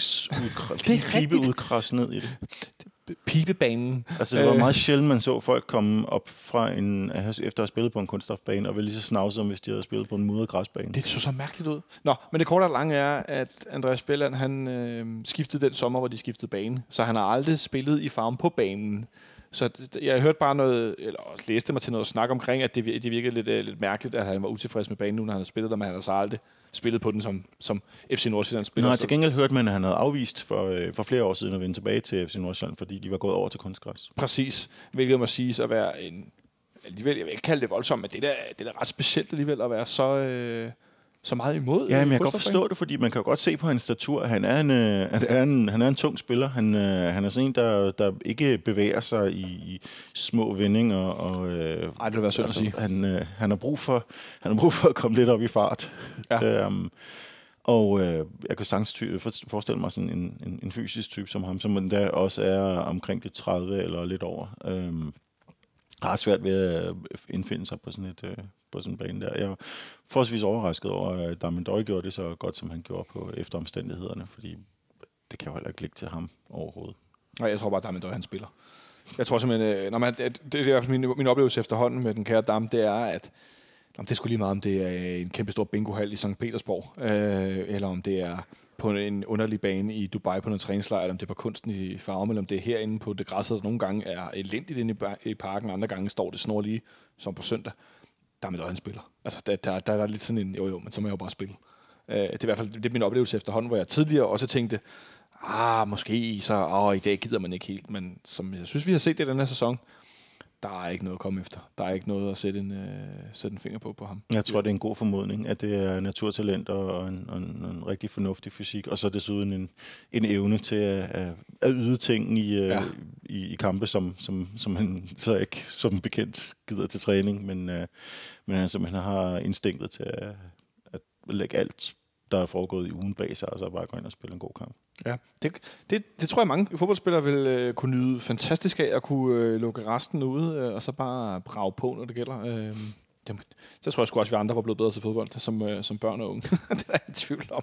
pibeudkras ned i det. Pibebanen. Altså, det var meget sjældent, man så folk komme op fra efter at have spillet på en kunststofbane, og ville lige så snavse, som hvis de havde spillet på en mudret græsbane. Det så mærkeligt ud. Nå, men det korte og lange er, at Andreas Bjelland, han skiftede den sommer, hvor de skiftede bane. Så han har aldrig spillet i Farum på banen. Så jeg hørte bare noget, eller læste mig til noget snak omkring, at det virkede lidt mærkeligt, at han var utilfreds med banen nu, når han havde spillet der, men han havde så aldrig spillet på den som FC Nordsjælland spiller. Nå, til gengæld hørte man, at han havde afvist for flere år siden at vende tilbage til FC Nordsjælland, fordi de var gået over til kunstgræs. Præcis, hvilket må siges at være alligevel, jeg vil ikke kalde det voldsomt, men det er ret specielt alligevel at være så meget imod. Ja, men jeg kan godt forstå det, fordi man kan jo godt se på hans statur, han er en tung spiller. Han er sådan en, der ikke bevæger sig i små vendinger. Og, det vil være synd at sige. Han har brug for at komme lidt op i fart. Ja. Og jeg kan sagtens forestille mig sådan en fysisk type som ham, som der også er omkring de 30 eller lidt over. har svært ved at indfinde sig på sådan en bane der. Jeg var forholdsvis overrasket over, at Damendøj gjorde det så godt, som han gjorde på efteromstændighederne, fordi det kan jo heller ikke ligge til ham overhovedet. Nej, jeg tror bare, at Damendøj han spiller. Jeg tror simpelthen, det er i hvert fald min oplevelse efterhånden med den kære Dam, det er, at det er sgu lige meget, om det er en kæmpe stor bingohal i St. Petersborg, eller om det er på en underlig bane i Dubai på noget træningslejr, eller om det er på kunsten i Farum, eller om det er herinde på det græsset, der nogle gange er elendigt inde i parken, andre gange står det snorlige, som på søndag. Der er med han spiller. Altså, der er lidt sådan en, jo, men så må jeg jo bare spille. Det er i hvert fald det er min oplevelse efterhånden, hvor jeg tidligere også tænkte, måske så, i dag gider man ikke helt, men som jeg synes, vi har set det i den her sæson, der er ikke noget at komme efter. Der er ikke noget at sætte en finger på ham. Jeg tror, det er en god formodning, at det er naturtalent og en rigtig fornuftig fysik, og så desuden en evne til at yde ting i kampe, som han så ikke som bekendt gider til træning, men han simpelthen har instinktet til at lægge alt, der er foregået i ugen bag sig, og så bare gå ind og spille en god kamp. Ja, det tror jeg mange fodboldspillere vil kunne nyde fantastisk af at kunne lukke resten ude, og så bare brage på, når det gælder. Så tror jeg sgu også, at vi andre var blevet bedre til fodbold, som børn og unge. Det er jeg i tvivl om.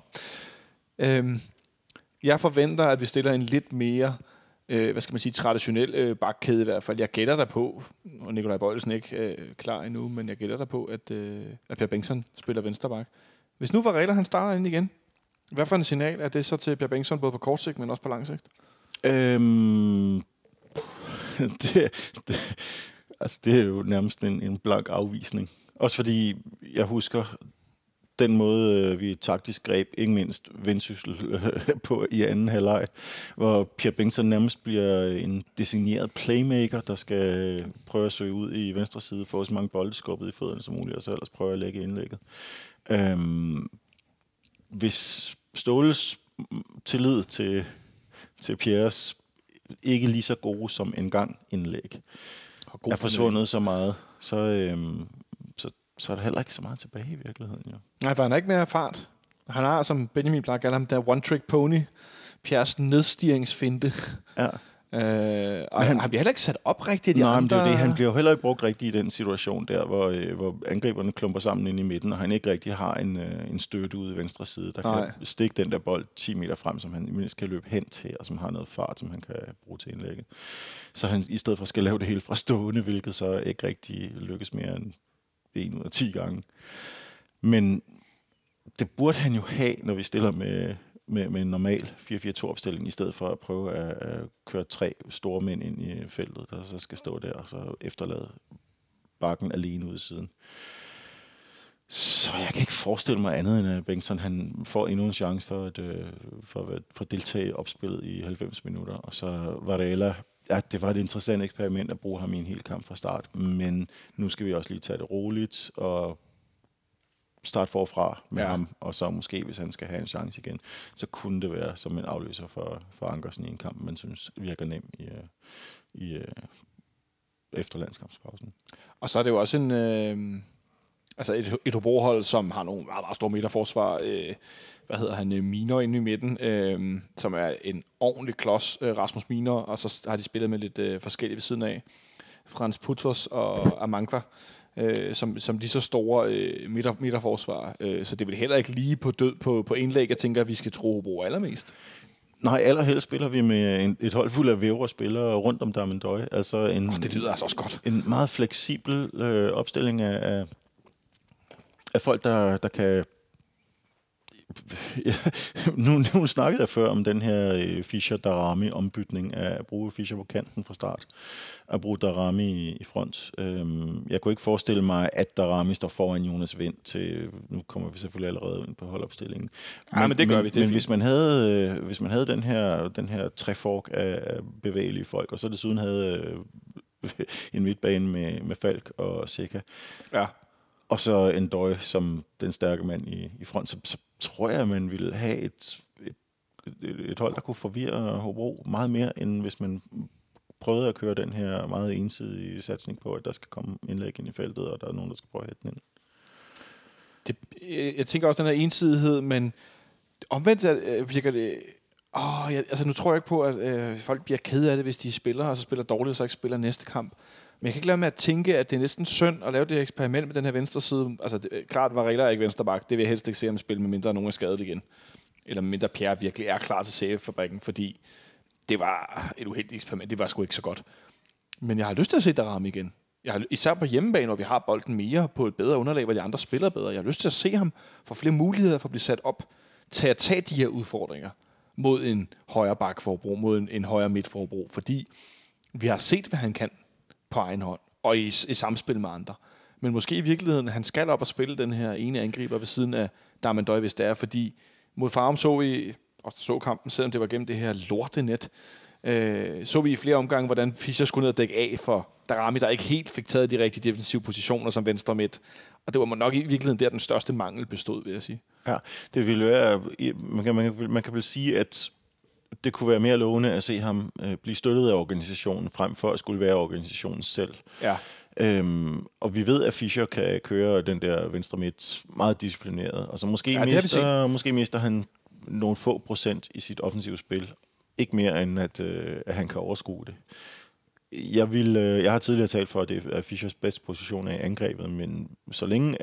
Jeg forventer, at vi stiller en lidt mere, traditionel bakkæde i hvert fald. Jeg gætter der på, og Nikolaj Bøjlesen er ikke klar endnu, men jeg gætter der på, at Per Bengtsson spiller venstreback. Hvis nu Varela han starter ind igen, hvad for en signal er det så til Per Bengtsson, både på kort sigt, men også på lang sigt? Det er jo nærmest en blank afvisning. Også fordi jeg husker den måde, vi taktisk greb, ikke mindst Vendsyssel på i anden halvleg, hvor Per Bengtsson nærmest bliver en designeret playmaker, der skal prøve at søge ud i venstre side, få så mange bolde skubbet i fødderne som muligt, og så ellers prøve at lægge indlægget. Hvis Ståles tillid til Pierres ikke lige så gode som engang indlæg er forsvundet så meget, så er der heller ikke så meget tilbage i virkeligheden. Jo. Nej, for han har ikke mere fart. Han har, som Benjamin plejer at kalde ham, der one-trick pony, Pierres nedstigningsfinte. Ja. Og han bliver heller ikke sat op rigtigt. Nej, men det er det. Han bliver jo heller ikke brugt rigtigt i den situation der, hvor angriberne klumper sammen ind i midten, og han ikke rigtig har en støtte ude i venstre side, der kan stikke den der bold 10 meter frem, som han mindst kan løbe hen til, og som har noget fart, som han kan bruge til indlægget. Så han i stedet for skal lave det hele fra stående, hvilket så ikke rigtig lykkes mere end 1 ud af 10 gange. Men det burde han jo have, når vi stiller med en normal 4-4-2-opstilling, i stedet for at prøve at køre 3 store mænd ind i feltet, der så skal stå der, og så efterlade bakken alene ude i siden. Så jeg kan ikke forestille mig andet, end at Bengtsson han får endnu en chance for at deltage i opspillet i 90 minutter, og så Varela. Ja, det var et interessant eksperiment at bruge ham i en hel kamp fra start, men nu skal vi også lige tage det roligt og starte forfra med ham, og så måske, hvis han skal have en chance igen, så kunne det være som en afløser for Ankersen i en kamp, man synes virker nem i efter landskampspausen. Og så er det jo også et Hobro-hold, som har nogle meget, meget store midterforsvar. Minor inde i midten, som er en ordentlig klods, Rasmus Minor, og så har de spillet med lidt forskellige ved siden af. Frans Putos og Amankwa, som de så store midterforsvar. Så det vil heller ikke lige på død på indlæg, jeg tænker, at vi skal tro Hobro allermest. Nej, allerhelst spiller vi med et hold fuld af vævre spillere rundt om Damendøj. Altså det lyder altså også godt. En meget fleksibel opstilling af folk, der kan... Nu snakkede jeg før om den her Fischer-Darami-ombytning af at bruge Fischer på kanten fra start, at bruge Darami i front. Jeg kunne ikke forestille mig, at Darami står foran Jonas Vind til... Nu kommer vi selvfølgelig allerede ind på holdopstillingen. Men det gør vi. Men hvis man havde den her træfork af bevægelige folk, og så desuden havde en midtbane med Falk og Seca, og så en Døj som den stærke mand i front, så tror jeg, at man ville have et hold, der kunne forvirre Hobro meget mere, end hvis man prøvede at køre den her meget ensidige satsning på, at der skal komme indlæg ind i feltet, og der er nogen, der skal prøve at hætte den ind. Jeg tænker også den her ensidighed, men omvendt virker det... nu tror jeg ikke på, at folk bliver kede af det, hvis de spiller, og så spiller dårligt, og så ikke spiller næste kamp. Men jeg kan ikke lade med at tænke, at det er næsten synd at lave det her eksperiment med den her venstre side. Altså, klart Varela er ikke vensterbak. Det vil jeg helst ikke se ham spille, med mindre nogen er skadet igen. Eller mindre Pierre virkelig er klar til CF-fabrikken, fordi det var et uheldigt eksperiment. Det var sgu ikke så godt. Men jeg har lyst til at se Darami igen. Især på hjemmebane, hvor vi har bolden mere på et bedre underlag, hvor de andre spiller bedre. Jeg har lyst til at se ham få flere muligheder for at blive sat op til at tage de her udfordringer mod en højre bakforbrug, mod en højre midtforbrug, fordi vi har set, hvad han kan på egen hånd, og i samspil med andre. Men måske i virkeligheden, han skal op og spille den her ene angriber ved siden af Darmendøj, hvis det er, fordi mod Farum så kampen, selvom det var gennem det her lortenet, så vi i flere omgange, hvordan Fischer skulle ned og dække af for Darami, der ikke helt fik taget de rigtige defensive positioner som venstre midt. Og det var nok i virkeligheden der den største mangel bestod, vil jeg sige. Ja, det ville være... Man kan vel sige, at det kunne være mere lovende at se ham blive støttet af organisationen, frem for at skulle være organisationen selv. Ja. Og vi ved, at Fischer kan køre den der venstre midt meget disciplineret. Og så måske mister han nogle få procent i sit offensive spil. Ikke mere end, at han kan overskue det. Jeg har tidligere talt for, at det er Fischers bedste position af angrebet, men så længe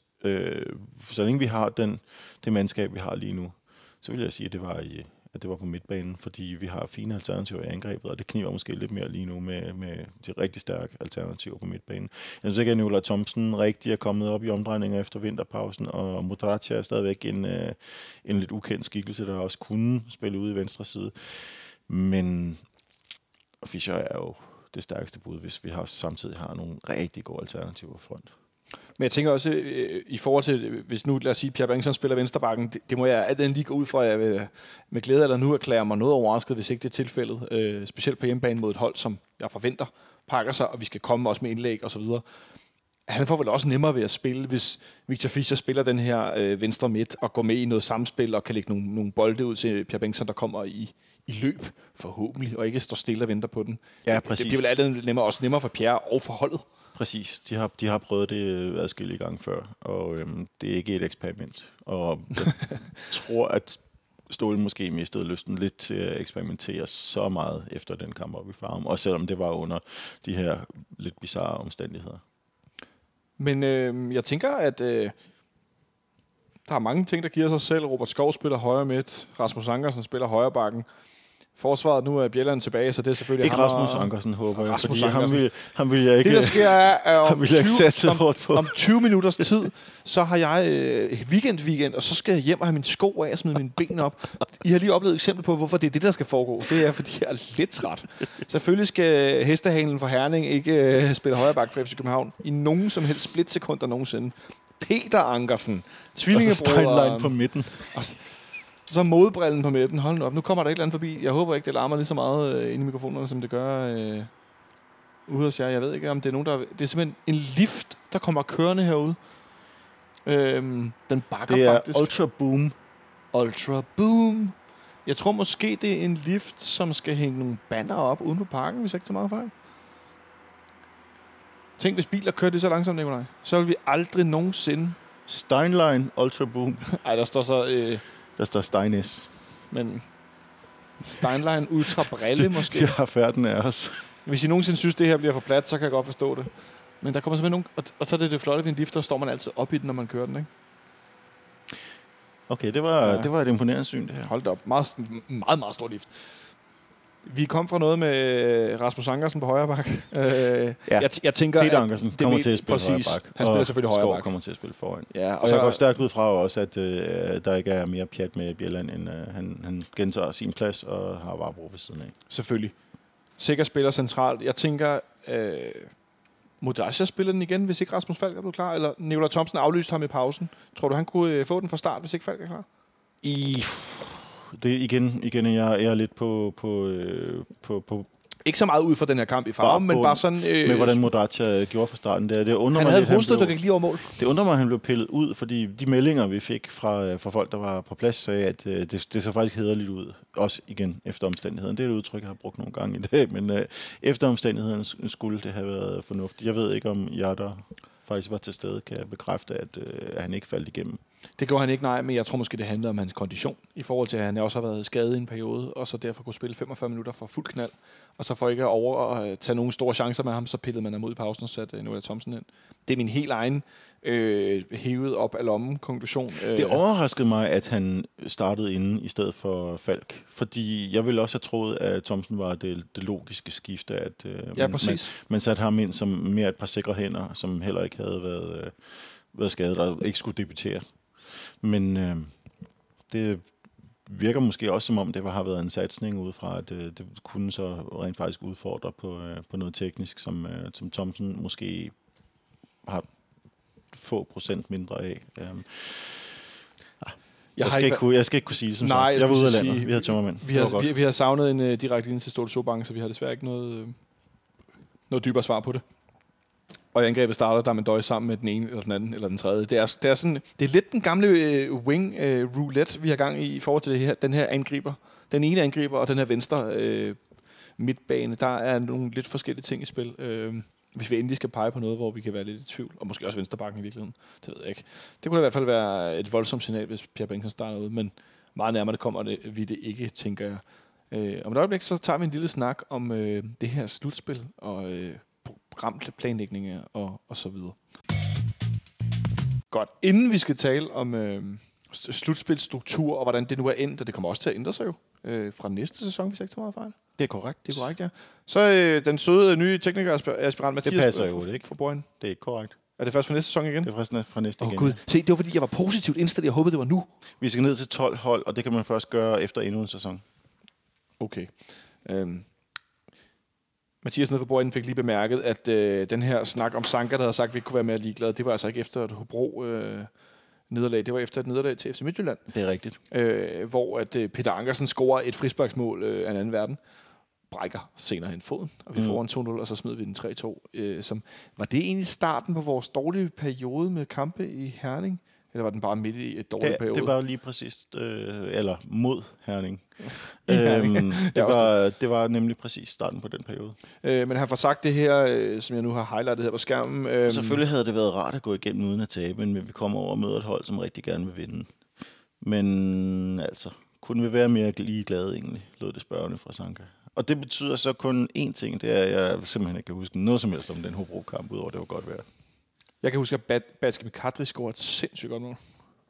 vi har det mandskab, vi har lige nu, så vil jeg sige, at det var på midtbanen, fordi vi har fine alternativer i angrebet, og det kniver måske lidt mere lige nu med de rigtig stærke alternativer på midtbanen. Jeg synes ikke, at Nicolai Thomsen rigtig er kommet op i omdrejninger efter vinterpausen, og Modratia er stadigvæk en lidt ukendt skikkelse, der også kunne spille ude i venstre side. Men Fischer er jo det stærkeste bud, hvis vi samtidig har nogle rigtig gode alternativer front. Men jeg tænker også, i forhold til, hvis nu, lad os sige, Pierre Bengtsson spiller venstrebakken, det må jeg alt den lige gå ud fra, at jeg vil med glæde eller nu erklære mig noget overrasket, hvis ikke det er tilfældet. Specielt på hjemmebane mod et hold, som jeg forventer, pakker sig, og vi skal komme også med indlæg og så videre. Han får vel også nemmere ved at spille, hvis Victor Fischer spiller den her venstre midt og går med i noget samspil og kan lægge nogle bolde ud til Pierre Bengtsson, der kommer i løb forhåbentlig, og ikke står stille og venter på den. Ja, præcis. Det bliver vel alt også nemmere for Pierre og for holdet. Præcis. De har prøvet det adskillige gange før, og det er ikke et eksperiment. Og jeg tror, at Ståle måske mistede lysten lidt til at eksperimentere så meget efter den kamp op i Farum, og selvom det var under de her lidt bizarre omstændigheder. Men jeg tænker, at der er mange ting, der giver sig selv. Robert Skov spiller højre midt, Rasmus Ankersen spiller højre bakken. Forsvaret, nu er Bjelland tilbage, så det er selvfølgelig... Ikke Rasmus Ankersen, håber jeg. Rasmus Ankersen. Han vil jeg ikke... Det, der sker, er om 20 minutters tid, så har jeg weekend, og så skal jeg hjem og have mine sko af og smide mine ben op. I har lige oplevet et eksempel på, hvorfor det er det, der skal foregå. Det er, fordi jeg er lidt træt. Selvfølgelig skal hestehalen for Herning ikke spille højre bak for FC København i nogen som helst splitsekunder nogensinde. Peter Ankersen, tvillingebror... Og så Steinlein på midten. Så modbrillen på midten. Hold nu op. Nu kommer der et eller andet forbi. Jeg håber ikke, det larmer lige så meget ind i mikrofonerne, som det gør ude hos jer. Jeg ved ikke, om det er nogen, der... Det er simpelthen en lift, der kommer kørende herude. Den bakker det er faktisk. Ultra Boom. Ultra Boom. Jeg tror måske, det er en lift, som skal hænge nogle banner op uden på parken, hvis jeg ikke tager meget fejl. Tænk, hvis biler kører det så langsomt, Nikolaj. Så vil vi aldrig nogensinde... Steinlein Ultra Boom. Ej, der står så... Der står Steines. Men Steinlein Ultra Brille måske. De har færden af os. Hvis I nogensinde synes, det her bliver for plat, så kan jeg godt forstå det. Men der kommer simpelthen nogen... Og så er det flotte ved en lift, der står man altid op i den, når man kører den, ikke? Okay, det var et imponerende syn, det her. Hold da op. Meget, meget, meget stor lift. Vi kom fra noget med Rasmus Ankersen på højre bak. Jeg tænker, Peter Ankersen kommer til at spille højre bak. Han spiller selvfølgelig højre bak. Skov kommer til at spille foran. Ja, og jeg går stærkt ud fra også, at der ikke er mere pjat med Bjelland, end han gentager sin plads og har Varbro ved siden af. Selvfølgelig. Sikker spiller centralt. Jeg tænker, Modratia spiller den igen, hvis ikke Rasmus Falk er blevet klar, eller Nicolai Thomsen aflyste ham i pausen. Tror du, han kunne få den fra start, hvis ikke Falk er klar? Det igen jeg er lidt på ikke så meget ud fra den her kamp i Farum, men bare sådan... med hvordan Modratia gjorde fra starten. Det undrer han havde hostet, der gik lige over mål. Det undrer mig, at han blev pillet ud, fordi de meldinger, vi fik fra folk, der var på plads, sagde, at det så faktisk hæderligt ud. Også igen efter omstændigheden. Det er et udtryk, jeg har brugt nogle gange i dag, men efter omstændigheden skulle det have været fornuftigt. Jeg ved ikke, om jeg der faktisk var til stede, kan jeg bekræfte, at han ikke faldt igennem. Det gjorde han ikke, nej, men jeg tror måske, det handlede om hans kondition, i forhold til, at han også har været skadet i en periode, og så derfor kunne spille 45 minutter for fuld knald, og så for ikke at tage nogle store chancer med ham, så pillede man ham ud i pausen og satte Noah Thompson ind. Det er min helt egen hævet op af lommen konklusion. Det overraskede mig, at han startede inde i stedet for Falk, fordi jeg ville også have troet, at Thompson var det logiske skifte, at man satte ham ind som mere et par sikre hænder, som heller ikke havde været skadet og ikke skulle debutere. Men det virker måske også som om, det har været en satsning udefra, at det kunne så rent faktisk udfordre på noget teknisk, som Thompson måske har få procent mindre af. Jeg skal ikke kunne sige det som sagt. Jeg var ude af landet. Vi havde tømmermænd. Vi har savnet en direkte linje til Ståle Sobank, så vi har desværre ikke noget dybere svar på det. Og i angrebet starter der med Døj sammen med den ene, eller den anden, eller den tredje. Det er lidt den gamle wing roulette, vi har gang i forhold til det her, den her angriber. Den ene angriber og den her venstre midtbane. Der er nogle lidt forskellige ting i spil. Hvis vi endelig skal pege på noget, hvor vi kan være lidt i tvivl, og måske også venstrebakken i virkeligheden, det ved jeg ikke. Det kunne i hvert fald være et voldsomt signal, hvis Pierre Bengtsson starter ud, men meget nærmere det kommer vi det ikke, tænker jeg. Om et øjeblik, så tager vi en lille snak om det her slutspil, og programplanlægninger og så videre. Godt. Inden vi skal tale om slutspilstruktur, og hvordan det nu er endt, og det kommer også til at ændre sig jo, fra næste sæson, hvis jeg ikke tager meget fejl. Det er korrekt. Det er korrekt, ja. Så den søde nye teknikeraspirant Mathias... Det passer jo ikke. For Borgen. Det er ikke korrekt. Er det først fra næste sæson igen? Det er først fra næste igen. Gud. Ja. Se, det var fordi, jeg var positivt indstillet. Jeg håbede, det var nu. Vi skal ned til 12 hold, og det kan man først gøre efter endnu en sæson. Okay. Mathias nede for Borgen fik lige bemærket, at den her snak om Sanka, der havde sagt, at vi ikke kunne være mere ligeglade, det var altså ikke efter et Hobro nederlag. Det var efter et nederlag til FC Midtjylland. Det er rigtigt. Hvor at Peter Ankersen scorer et frisparksmål af en anden verden. Brækker senere hen foden, og vi får en 2-0, og så smider vi den 3-2. Var det egentlig starten på vores dårlige periode med kampe i Herning? Eller var den bare midt i et dårligt periode? Det var lige præcis, eller mod Herning. Det var nemlig præcis starten på den periode. Men han får sagt det her, som jeg nu har highlightet her på skærmen. Selvfølgelig havde det været rart at gå igennem uden at tabe, men vi kommer over og møder et hold, som rigtig gerne vil vinde. Men altså, kunne vi være mere ligeglade egentlig, lød det spørgende fra Sanka. Og det betyder så kun én ting, det er, at jeg simpelthen ikke kan huske noget som helst om den Hobro-kamp, udover det var godt værd. Jeg kan huske, at Batsky Kadri scorede et sindssygt godt mål.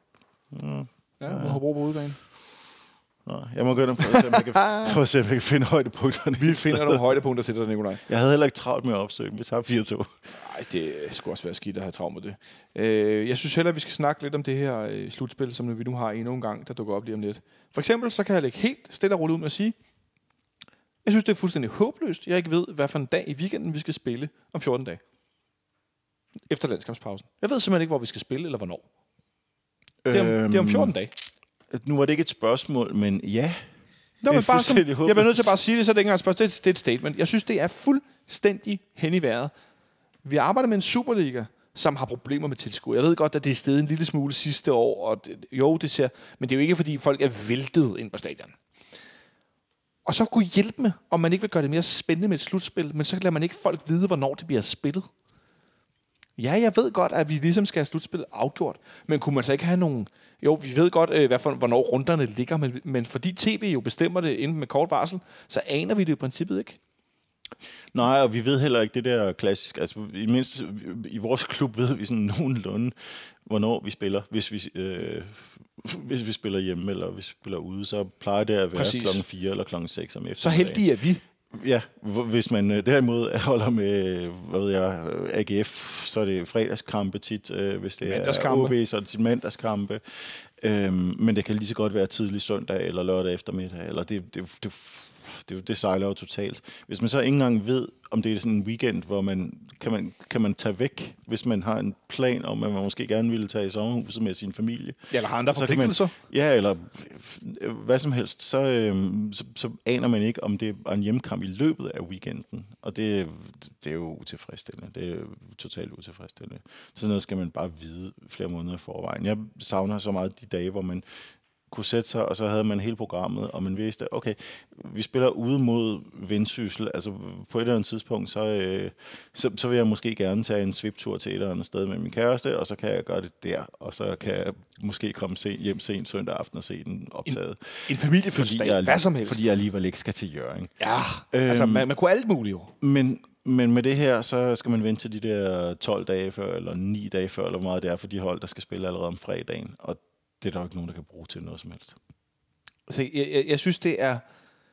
Ja, mod Hobro på udebane. Jeg må gå ind på at se, om jeg kan finde højdepunkterne. Vi finder nogle højdepunkter til dig, Nikolaj. Jeg havde heller ikke travlt med at opsøge, vi tager 4-2. Nej, det skulle også være skidt at have travlt med det. Jeg synes heller, at vi skal snakke lidt om det her slutspil, som vi nu har endnu en gang, der dukker op lige om lidt. For eksempel, så kan jeg lægge helt stille og roligt ud med at sige, jeg synes, det er fuldstændig håbløst. Jeg ikke ved, hvad for en dag i weekenden vi skal spille om 14 dage. Efter landskampspausen. Jeg ved simpelthen ikke, hvor vi skal spille, eller hvornår. Det er om 14 dage. Nu var det ikke et spørgsmål, men ja. Nå, men bare jeg bliver nødt til at bare sige det, så det er ikke engang et spørgsmål. Det er et statement. Jeg synes, det er fuldstændig hen i vejret. Vi arbejder med en Superliga, som har problemer med tilskuere. Jeg ved godt, at det er steget en lille smule sidste år, og det ser, men det er jo ikke, fordi folk er væltet ind på stadion. Og så kunne hjælpe med, om man ikke vil gøre det mere spændende med et slutspil, men så lader man ikke folk vide, hvornår det bliver spillet. Ja, jeg ved godt, at vi ligesom skal have slutspillet afgjort, men kunne man så ikke have nogen... Jo, vi ved godt, hvornår runderne ligger, men fordi TV jo bestemmer det inden med kort varsel, så aner vi det i princippet ikke. Nej, og vi ved heller ikke det der klassisk. Altså, i vores klub ved vi sådan nogenlunde, hvornår vi spiller. Hvis vi spiller hjemme, eller hvis vi spiller ude, så plejer det at være klokken 4 eller klokken 6 om eftermiddagen. Så heldige er vi. Ja, hvis man derimod holder med, AGF, så er det fredagskampe tit. Hvis det er OB, så er det tit mandagskampe. Men det kan lige så godt være tidlig søndag eller lørdag eftermiddag. Eller det sejler jo totalt. Hvis man så ikke engang ved, om det er sådan en weekend, hvor kan man tage væk, hvis man har en plan om, at man måske gerne ville tage i sommerhuset med sin familie. Ja, eller har andre forpligtelser. Ja, eller hvad som helst. Så aner man ikke, om det er en hjemmekamp i løbet af weekenden. Og det er jo utilfredsstillende. Det er jo totalt utilfredsstillende. Sådan noget skal man bare vide flere måneder i forvejen. Jeg savner så meget de dage, hvor man kunne sætte sig, og så havde man hele programmet, og man vidste, okay, vi spiller ude mod Vendsyssel, altså på et eller andet tidspunkt, så vil jeg måske gerne tage en sviptur til et eller andet sted med min kæreste, og så kan jeg gøre det der, og så kan jeg måske komme hjem sent søndag aften og se den optaget. En familiefødselsdag, hvad som helst. Fordi jeg alligevel ikke skal til Hjørring. Ja, altså man kunne alt muligt jo. Men med det her, så skal man vente til de der 12 dage før, eller 9 dage før, eller hvor meget det er for de hold, der skal spille allerede om fredagen. Og det er der jo ikke nogen, der kan bruge til noget som helst. Altså, jeg synes, det er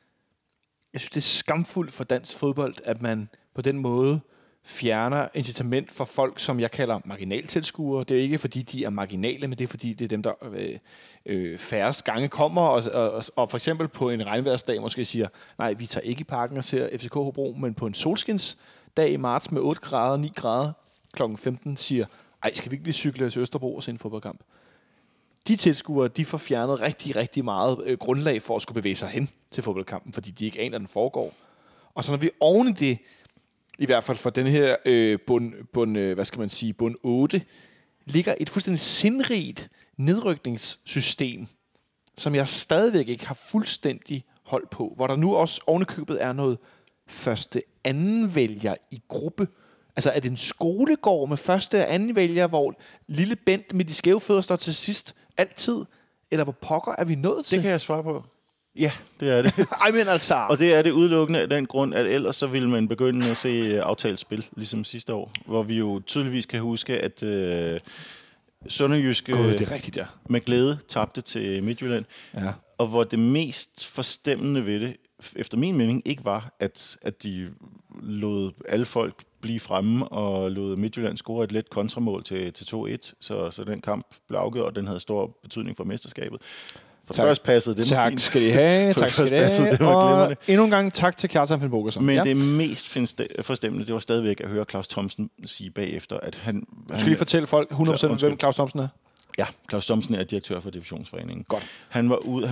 skamfuldt for dansk fodbold, at man på den måde fjerner incitament for folk, som jeg kalder marginaltilskuere. Det er ikke, fordi de er marginale, men det er, fordi det er dem, der færrest gange kommer, og for eksempel på en regnvejrsdag måske siger, nej, vi tager ikke i parken og ser FCK Hobro, men på en solskinsdag i marts med 8 grader, 9 grader, kl. 15 siger, ej, skal vi ikke lige cykle til Østerbro og se en fodboldkamp? De tilskuere, de får fjernet rigtig, rigtig meget grundlag for at skulle bevæge sig hen til fodboldkampen, fordi de ikke aner, den foregår. Og så når vi oven i det, i hvert fald for den her bund 8, ligger et fuldstændig sindrigt nedrykningssystem, som jeg stadigvæk ikke har fuldstændig hold på, hvor der nu også ovenikøbet er noget første anden vælger i gruppe. Altså er det en skolegård med første og anden vælger, hvor lille Bent med de skæve fødder står til sidst altid? Eller hvor pokker er vi nået til? Det kan jeg svare på. Ja, det er det. Ej, men altså. Og det er det udelukkende af den grund, at ellers så vil man begynde at se aftalt spil, ligesom sidste år, hvor vi jo tydeligvis kan huske, at Sønderjyske det er rigtigt, ja. Med glæde tabte til Midtjylland. Ja. Og hvor det mest forstemmende ved det, efter min mening, ikke var, at de lod alle folk blive fremme og lod Midtjylland score et let kontramål til 2-1, så den kamp blev afgjort, og den havde stor betydning for mesterskabet. For først passede det tak fint. Skal I have, tak skal I have. Og endnu en gang tak til Kjartan Finn Bogerson. Men det mest forstemmende, det var stadigvæk at høre Claus Thomsen sige bagefter, at han skal lige fortælle folk 100% hvem Claus Thomsen er? Ja, Claus Thomsen er direktør for Divisionsforeningen. Godt. Han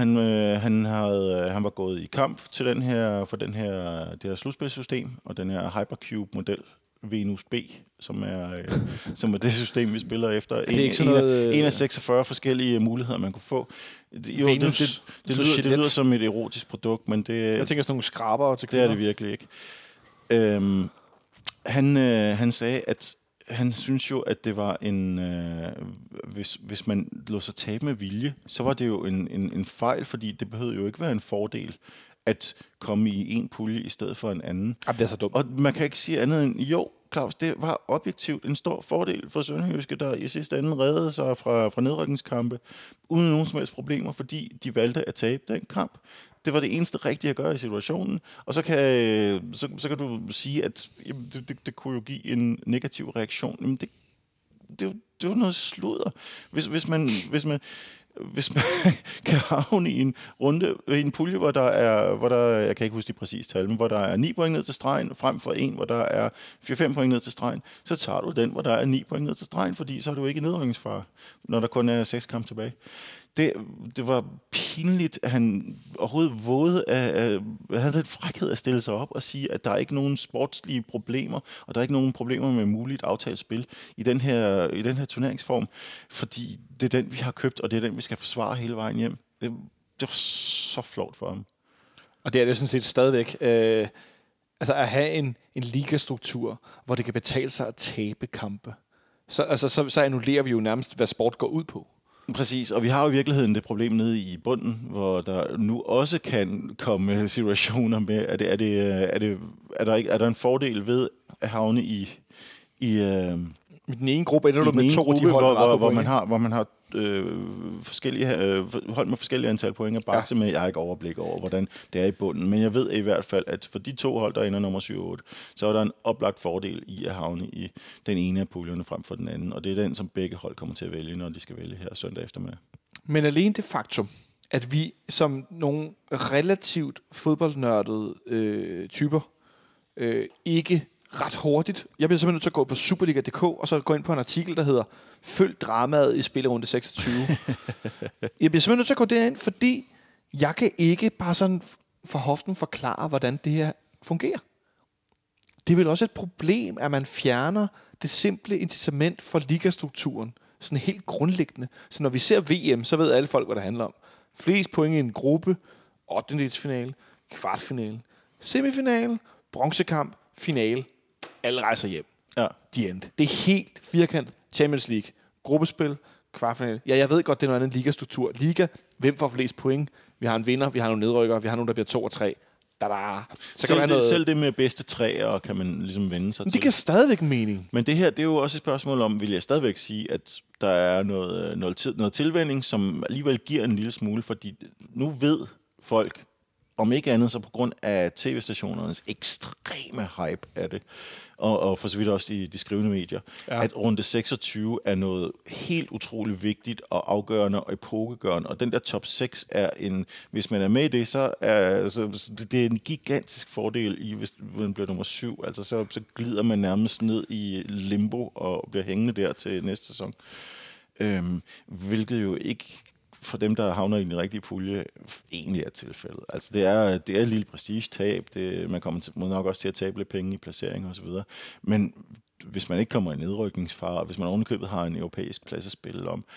var gået i kamp til det her slutspilsystem og den her Hypercube-model Venus B, som er det system, vi spiller efter. En af 46 forskellige muligheder, man kunne få. Det lyder som et erotisk produkt, men det... Jeg tænker sådan nogle skraber til kvinder. Det er det virkelig ikke. Han sagde, at han synes jo, at det var en... hvis man lod sig tabe med vilje, så var det jo en fejl, fordi det behøvede jo ikke være en fordel at komme i en pulje i stedet for en anden. Jamen, det er så dumt. Og man kan ikke sige andet end, jo, Claus, det var objektivt en stor fordel for Sønderjyske, der i sidste ende reddede sig fra nedrykningskampe, uden nogen som helst problemer, fordi de valgte at tabe den kamp. Det var det eneste rigtige at gøre i situationen, og så kan du sige, at det kunne jo give en negativ reaktion. Men det var noget sludder. Hvis man kan havne i en runde, i en pulje, hvor der jeg kan ikke huske de præcise tal, men hvor der er 9 point ned til stregen, frem for en, hvor der er 4-5 point ned til stregen, så tager du den, hvor der er 9 point ned til stregen, fordi så er du ikke i nedrykningsfare, når der kun er 6 kampe tilbage. Det var pinligt, at han overhovedet vågede at have lidt frækhed at stille sig op og sige, at der er ikke nogen sportslige problemer, og der er ikke nogen problemer med muligt aftalt spil i den her turneringsform, fordi det er den, vi har købt, og det er den, vi skal forsvare hele vejen hjem. Det var så flot for ham. Og det er det sådan set stadigvæk. Altså at have en ligastruktur, hvor det kan betale sig at tabe kampe, så annullerer vi jo nærmest, hvad sport går ud på. Præcis, og vi har jo i virkeligheden det problem nede i bunden, hvor der nu også kan komme situationer med, er der en fordel ved at havne i den ene gruppe, eller med to gruppe, hvor man har forskellige hold med forskellige antal point at bakse med. Jeg har ikke overblik over, hvordan det er i bunden, men jeg ved i hvert fald, at for de to hold, der ender nummer 7-8, så er der en oplagt fordel i at havne i den ene af puljerne frem for den anden, og det er den, som begge hold kommer til at vælge, når de skal vælge her søndag eftermiddag. Men alene det faktum, at vi som nogle relativt fodboldnørdede typer ikke ret hurtigt. Jeg bliver simpelthen nødt til at gå på Superliga.dk og så gå ind på en artikel, der hedder Følg dramaet i spillerunde 26. Jeg bliver simpelthen nødt til at gå derind, fordi jeg kan ikke bare sådan for hoften forklare, hvordan det her fungerer. Det er vel også et problem, at man fjerner det simple incitament for ligastrukturen, sådan helt grundlæggende. Så når vi ser VM, så ved alle folk, hvad det handler om. Flest point i en gruppe, 8-delsfinale, kvartfinale, semifinale, bronzekamp, finale. Alle rejser hjem. Ja. The end. Det er helt firkantet. Champions League, gruppespil, kvartfinale. Ja, jeg ved godt, det er noget andet ligastruktur. Liga, hvem får flest point? Vi har en vinder, vi har nogle nedrykkere, vi har nogen, der bliver 2 og 3. Selv det med bedste træer kan man ligesom vende sig til. Det giver stadigvæk mening. Men det her, det er jo også et spørgsmål om, vil jeg stadigvæk sige, at der er noget tilvænning, som alligevel giver en lille smule, fordi nu ved folk, om ikke andet, så på grund af tv-stationernes ekstreme hype af det, og for så vidt også de skrivende medier, at runde 26 er noget helt utroligt vigtigt og afgørende og epokegørende, og den der top 6 er hvis man er med i det, så er det er en gigantisk fordel i, hvis man bliver nummer 7, altså så glider man nærmest ned i limbo og bliver hængende der til næste sæson. Hvilket jo ikke for dem, der havner i den rigtige pulje, egentlig er tilfældet. Altså, det er et lille prestigetab. Man kommer nok også til at tabe lidt penge i placeringer osv. Men hvis man ikke kommer i nedrykningsfare, hvis man ovenikøbet har en europæisk plads at spille om,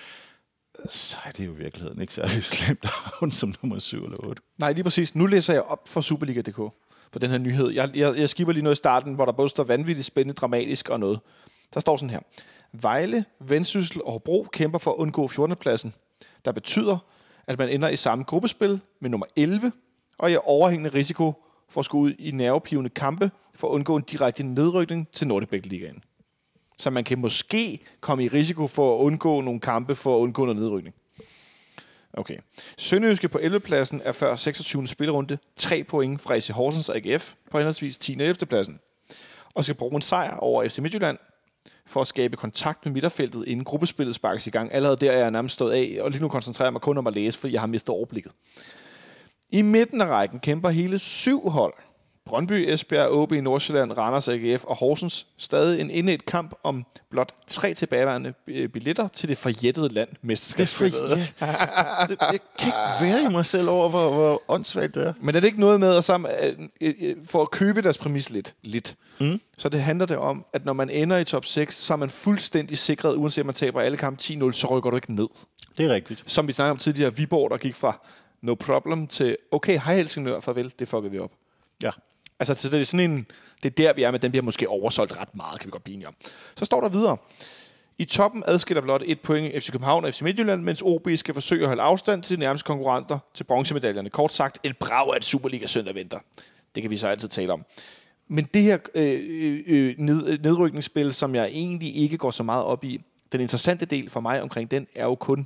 så er det jo i virkeligheden ikke særlig slemt at havne som nummer 7 eller 8. Nej, lige præcis. Nu læser jeg op for Superliga.dk på den her nyhed. Jeg skipper lige noget i starten, hvor der både står vanvittigt spændende, dramatisk og noget. Der står sådan her. Vejle, Vendsyssel og Hobro kæmper for at undgå 14. pladsen. Der betyder, at man ender i samme gruppespil med nummer 11, og i overhængende risiko for at skulle ud i nervepivende kampe for at undgå en direkte nedrykning til Nordicbet-ligaen. Så man kan måske komme i risiko for at undgå nogle kampe for at undgå noget nedrykning. Okay. Sønderjyske på 11-pladsen er før 26. spillerunde 3 point fra AC Horsens og AGF på henholdsvis 10. og 11. pladsen, og skal bruge en sejr over FC Midtjylland for at skabe kontakt med midterfeltet, inden gruppespillet sparkes i gang. Allerede der er jeg nærmest stået af, og lige nu koncentrerer jeg mig kun om at læse, fordi jeg har mistet overblikket. I midten af rækken kæmper hele 7 hold. Brøndby, Esbjerg, AaB, Nordsjælland, Randers, AGF og Horsens stadig en indet kamp om blot 3 tilbageværende billetter til det forjættede land, mesterskabsspillet. Jeg kan ikke være i mig selv over, hvor åndssvagt det er. Men er det ikke noget med, at for at købe deres præmis lidt, så det handler det om, at når man ender i top 6, så er man fuldstændig sikret, uanset om man taber alle kampe 10-0, så rykker du ikke ned. Det er rigtigt. Som vi snakkede om tidligere, Viborg, der gik fra no problem til, okay, hej Helsingør, farvel, det fucker vi op. Ja. Altså, så det er sådan en, det er der, vi er, men den bliver måske oversolgt ret meget, kan vi godt blive enige om. Så står der videre. I toppen adskiller blot 1 point FC København og FC Midtjylland, mens OB skal forsøge at holde afstand til de nærmeste konkurrenter til bronzemedaljerne. Kort sagt, et brag af et Superliga søndag venter. Det kan vi så altid tale om. Men det her nedrykningsspil, som jeg egentlig ikke går så meget op i, den interessante del for mig omkring den, er jo kun,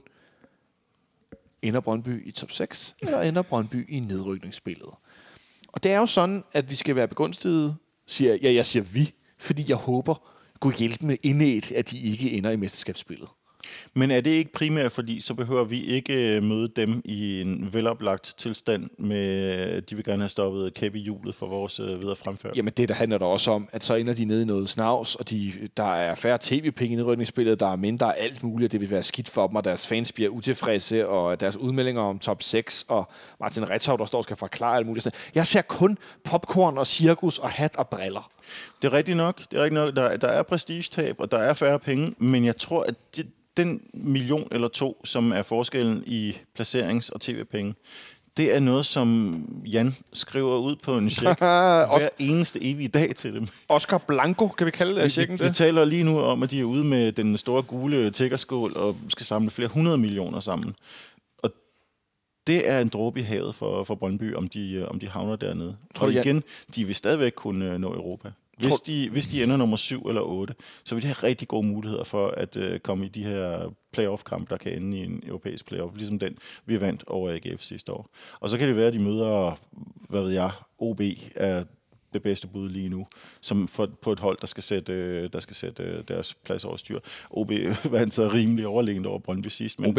ender Brøndby i top 6, eller ender Brøndby i nedrykningsspillet? Og det er jo sådan, at vi skal være begunstiget, jeg siger vi, fordi jeg håber, Gud hjælpe med indet, at de ikke ender i mesterskabsspillet. Men er det ikke primært, fordi så behøver vi ikke møde dem i en veloplagt tilstand med, de vil gerne have stoppet kæp i hjulet for vores videre fremfærd? Jamen det, der handler der også om, at så ender de nede i noget snavs, og der er færre tv-penge i nedrykningsspillet, der er mindre alt muligt, det vil være skidt for dem, og deres fans bliver utilfredse, og deres udmeldinger om top 6, og Martin Retov, der står og skal forklare alt muligt. Jeg ser kun popcorn og cirkus og hat og briller. Det er rigtigt nok. Der er prestigetab, og der er færre penge, men jeg tror, at den 1 million eller 2, som er forskellen i placerings- og tv-penge, det er noget, som Jan skriver ud på en check hver eneste evige dag til dem. Oscar Blanco, kan vi kalde checken det? Vi taler lige nu om, at de er ude med den store gule tiggerskål og skal samle flere 100 millioner sammen. Og det er en dråbe i havet for Brøndby, om de havner dernede. Og igen, de vil stadigvæk kunne nå Europa. Hvis de ender nummer 7 eller 8, så vil de have rigtig gode muligheder for at komme i de her playoff-kampe, der kan ende i en europæisk playoff, ligesom den, vi vandt over AGF sidste år. Og så kan det være, at de møder, OB er det bedste bud lige nu, som på et hold, der skal sætte deres plads over styr. OB vandt så rimelig overlegent over Brøndby sidst, men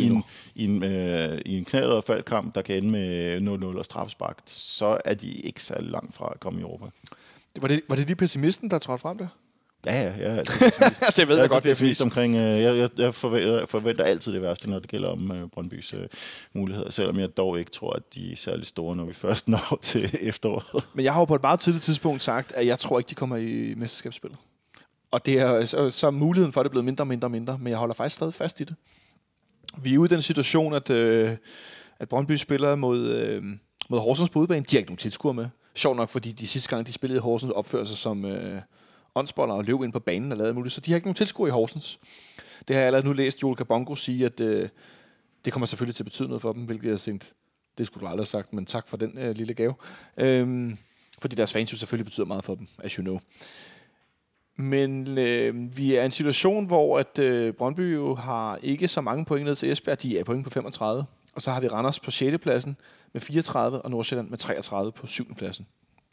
i en knald- og faldkamp, der kan ende med 0-0 og straffespark, så er de ikke særlig langt fra at komme i Europa. Var det de pessimisten, der trådte frem der? Ja. Det ved jeg godt, det er omkring. Jeg forventer altid det værste, når det gælder om Brøndbys muligheder, selvom jeg dog ikke tror, at de er særlig store, når vi først når til efteråret. Men jeg har jo på et meget tidligt tidspunkt sagt, at jeg tror ikke, de kommer i mesterskabsspillet. Og det er så muligheden for det blevet mindre, men jeg holder faktisk stadig fast i det. Vi er ude i den situation, at at Brøndby spiller mod Horsens på udebane. De har ikke nogen tilskuere med. Sjovt nok, fordi de sidste gang, de spillede i Horsens, opførte sig som åndsboller og løb ind på banen og lavede muligt. Så de har ikke nogen tilskuere i Horsens. Det har jeg allerede nu læst Joel Kabongo sige, at det kommer selvfølgelig til at betyde noget for dem, hvilket jeg tænkte, det skulle du aldrig have sagt, men tak for den lille gave. Fordi deres fans jo selvfølgelig betyder meget for dem, as you know. Men vi er i en situation, hvor at Brøndby jo har ikke så mange point ned til Esbjerg. De er point på 35. Og så har vi Randers på 6. pladsen med 34, og Nordsjælland med 33 på 7. pladsen.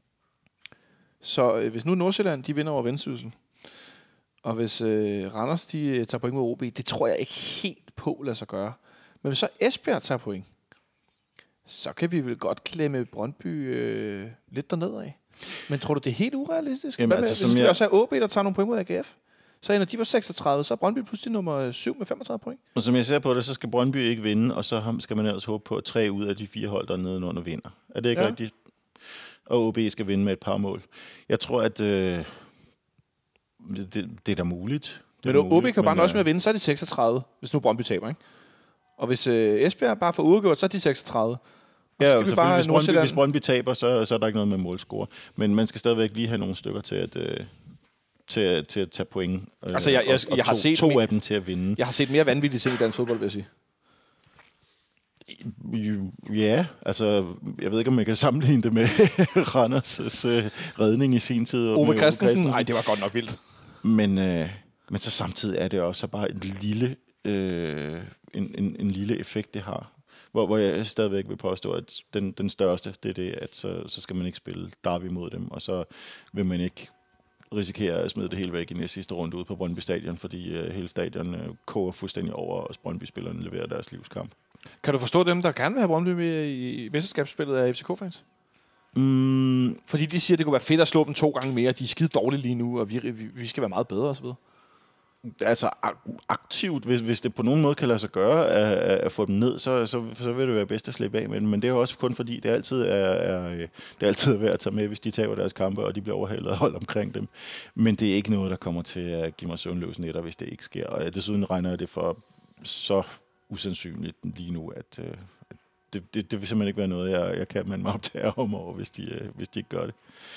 Så hvis nu Nordsjælland, de vinder over Vendsyssel, og hvis Randers, de tager point mod OB, det tror jeg ikke helt på lade sig gøre. Men hvis så Esbjerg tager point, så kan vi vel godt klemme Brøndby lidt dernede af. Men tror du, det er helt urealistisk? Jamen, altså, hvis vi også har OB, der tager nogle point mod AGF, så ender de på 36, så er Brøndby pludselig nummer 7 med 35 point. Og som jeg ser på det, så skal Brøndby ikke vinde, og så skal man ellers håbe på, at 3 ud af de 4 hold dernede under vinder. Er det ikke rigtigt? Og OB skal vinde med et par mål. Jeg tror, at det er da muligt. Men OB kan bare nøjes med at vinde, så er de 36, hvis nu Brøndby taber, ikke? Og hvis Esbjerg bare får udgjort, så er de 36. Ja, og selvfølgelig, hvis Brøndby taber, så er der ikke noget med målscore. Men man skal stadigvæk lige have nogle stykker til at tage point. Altså, jeg har set to af dem til at vinde. Jeg har set mere vanvittigt ting i dansk fodbold, vil jeg sige. Ja, altså, jeg ved ikke, om man kan sammenligne det med Randers' redning i sin tid. Ove Christensen, nej, det var godt nok vildt. Men så samtidig er det også bare en lille effekt, det har. Hvor jeg stadigvæk vil påstå, at den største, det er det, at så skal man ikke spille derby mod dem, og så vil man ikke risikere at smide det hele væk i næste sidste runde ud på Brøndby Stadion, fordi hele stadion koger fuldstændig over, og Brøndby-spillerne leverer deres livskamp. Kan du forstå dem, der gerne vil have Brøndby med i mesterskabsspillet af FCK-fans? Fordi de siger, at det kunne være fedt at slå dem 2 gange mere. De er skide dårlige lige nu, og vi skal være meget bedre osv. Altså aktivt, hvis det på nogen måde kan lade sig gøre at få dem ned, så vil det være bedst at slippe af med dem. Men det er jo også kun fordi, det altid er værd at tage med, hvis de tager deres kampe, og de bliver overhalet og holdt omkring dem. Men det er ikke noget, der kommer til at give mig søvnløs nætter, hvis det ikke sker. Og desuden regner jeg det for så usandsynligt lige nu, at det vil simpelthen ikke være noget, jeg kan mande mig optage om over, hvis de ikke gør det.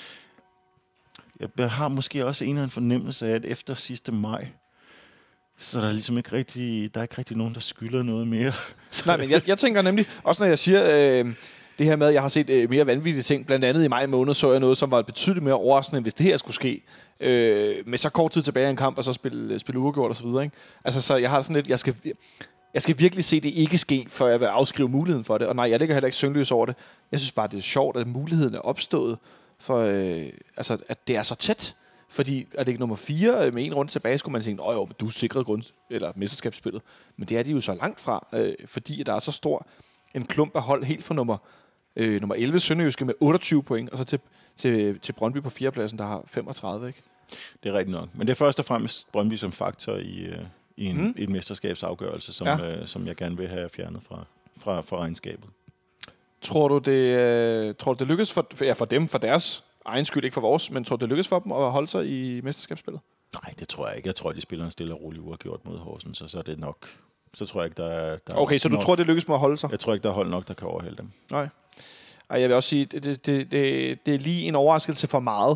Jeg har måske også en fornemmelse af, at efter sidste maj, så der er ligesom ikke rigtig nogen, der skylder noget mere. Nej, men jeg tænker nemlig, også når jeg siger det her med, at jeg har set mere vanvittige ting, blandt andet i maj måned, så jeg noget, som var betydeligt mere overraskende, hvis det her skulle ske. Med så kort tid tilbage i en kamp, og så spille uafgjort og så videre, ikke? Altså, så jeg har sådan lidt, jeg skal virkelig se det ikke ske, før jeg vil afskrive muligheden for det. Og nej, jeg ligger heller ikke søvnløs over det. Jeg synes bare, det er sjovt, at muligheden er opstået, for at det er så tæt. Fordi er det ikke nummer 4 med en runde tilbage, skulle man tænke, jo, du er sikret eller mesterskabsspillet. Men det er de jo så langt fra, fordi der er så stor en klump af hold helt fra nummer 11 Sønderjyske med 28 point, og så til Brøndby på 4. pladsen, der har 35, ikke? Det er rigtigt nok. Men det er først og fremmest Brøndby som faktor i en mesterskabsafgørelse, som jeg gerne vil have fjernet fra regnskabet. Tror du, det lykkes for dem, for deres egen skyld, ikke for vores, men tror du, det lykkes for dem at holde sig i mesterskabsspillet? Nej, det tror jeg ikke. Jeg tror, de spiller en stille og rolig uafgjort mod Horsens, så er det nok. Så tror jeg ikke, der er okay, så du tror, det lykkes med at holde sig? Jeg tror ikke, der er hold nok, der kan overhælde dem. Nej. Ej, jeg vil også sige, det er lige en overraskelse for meget.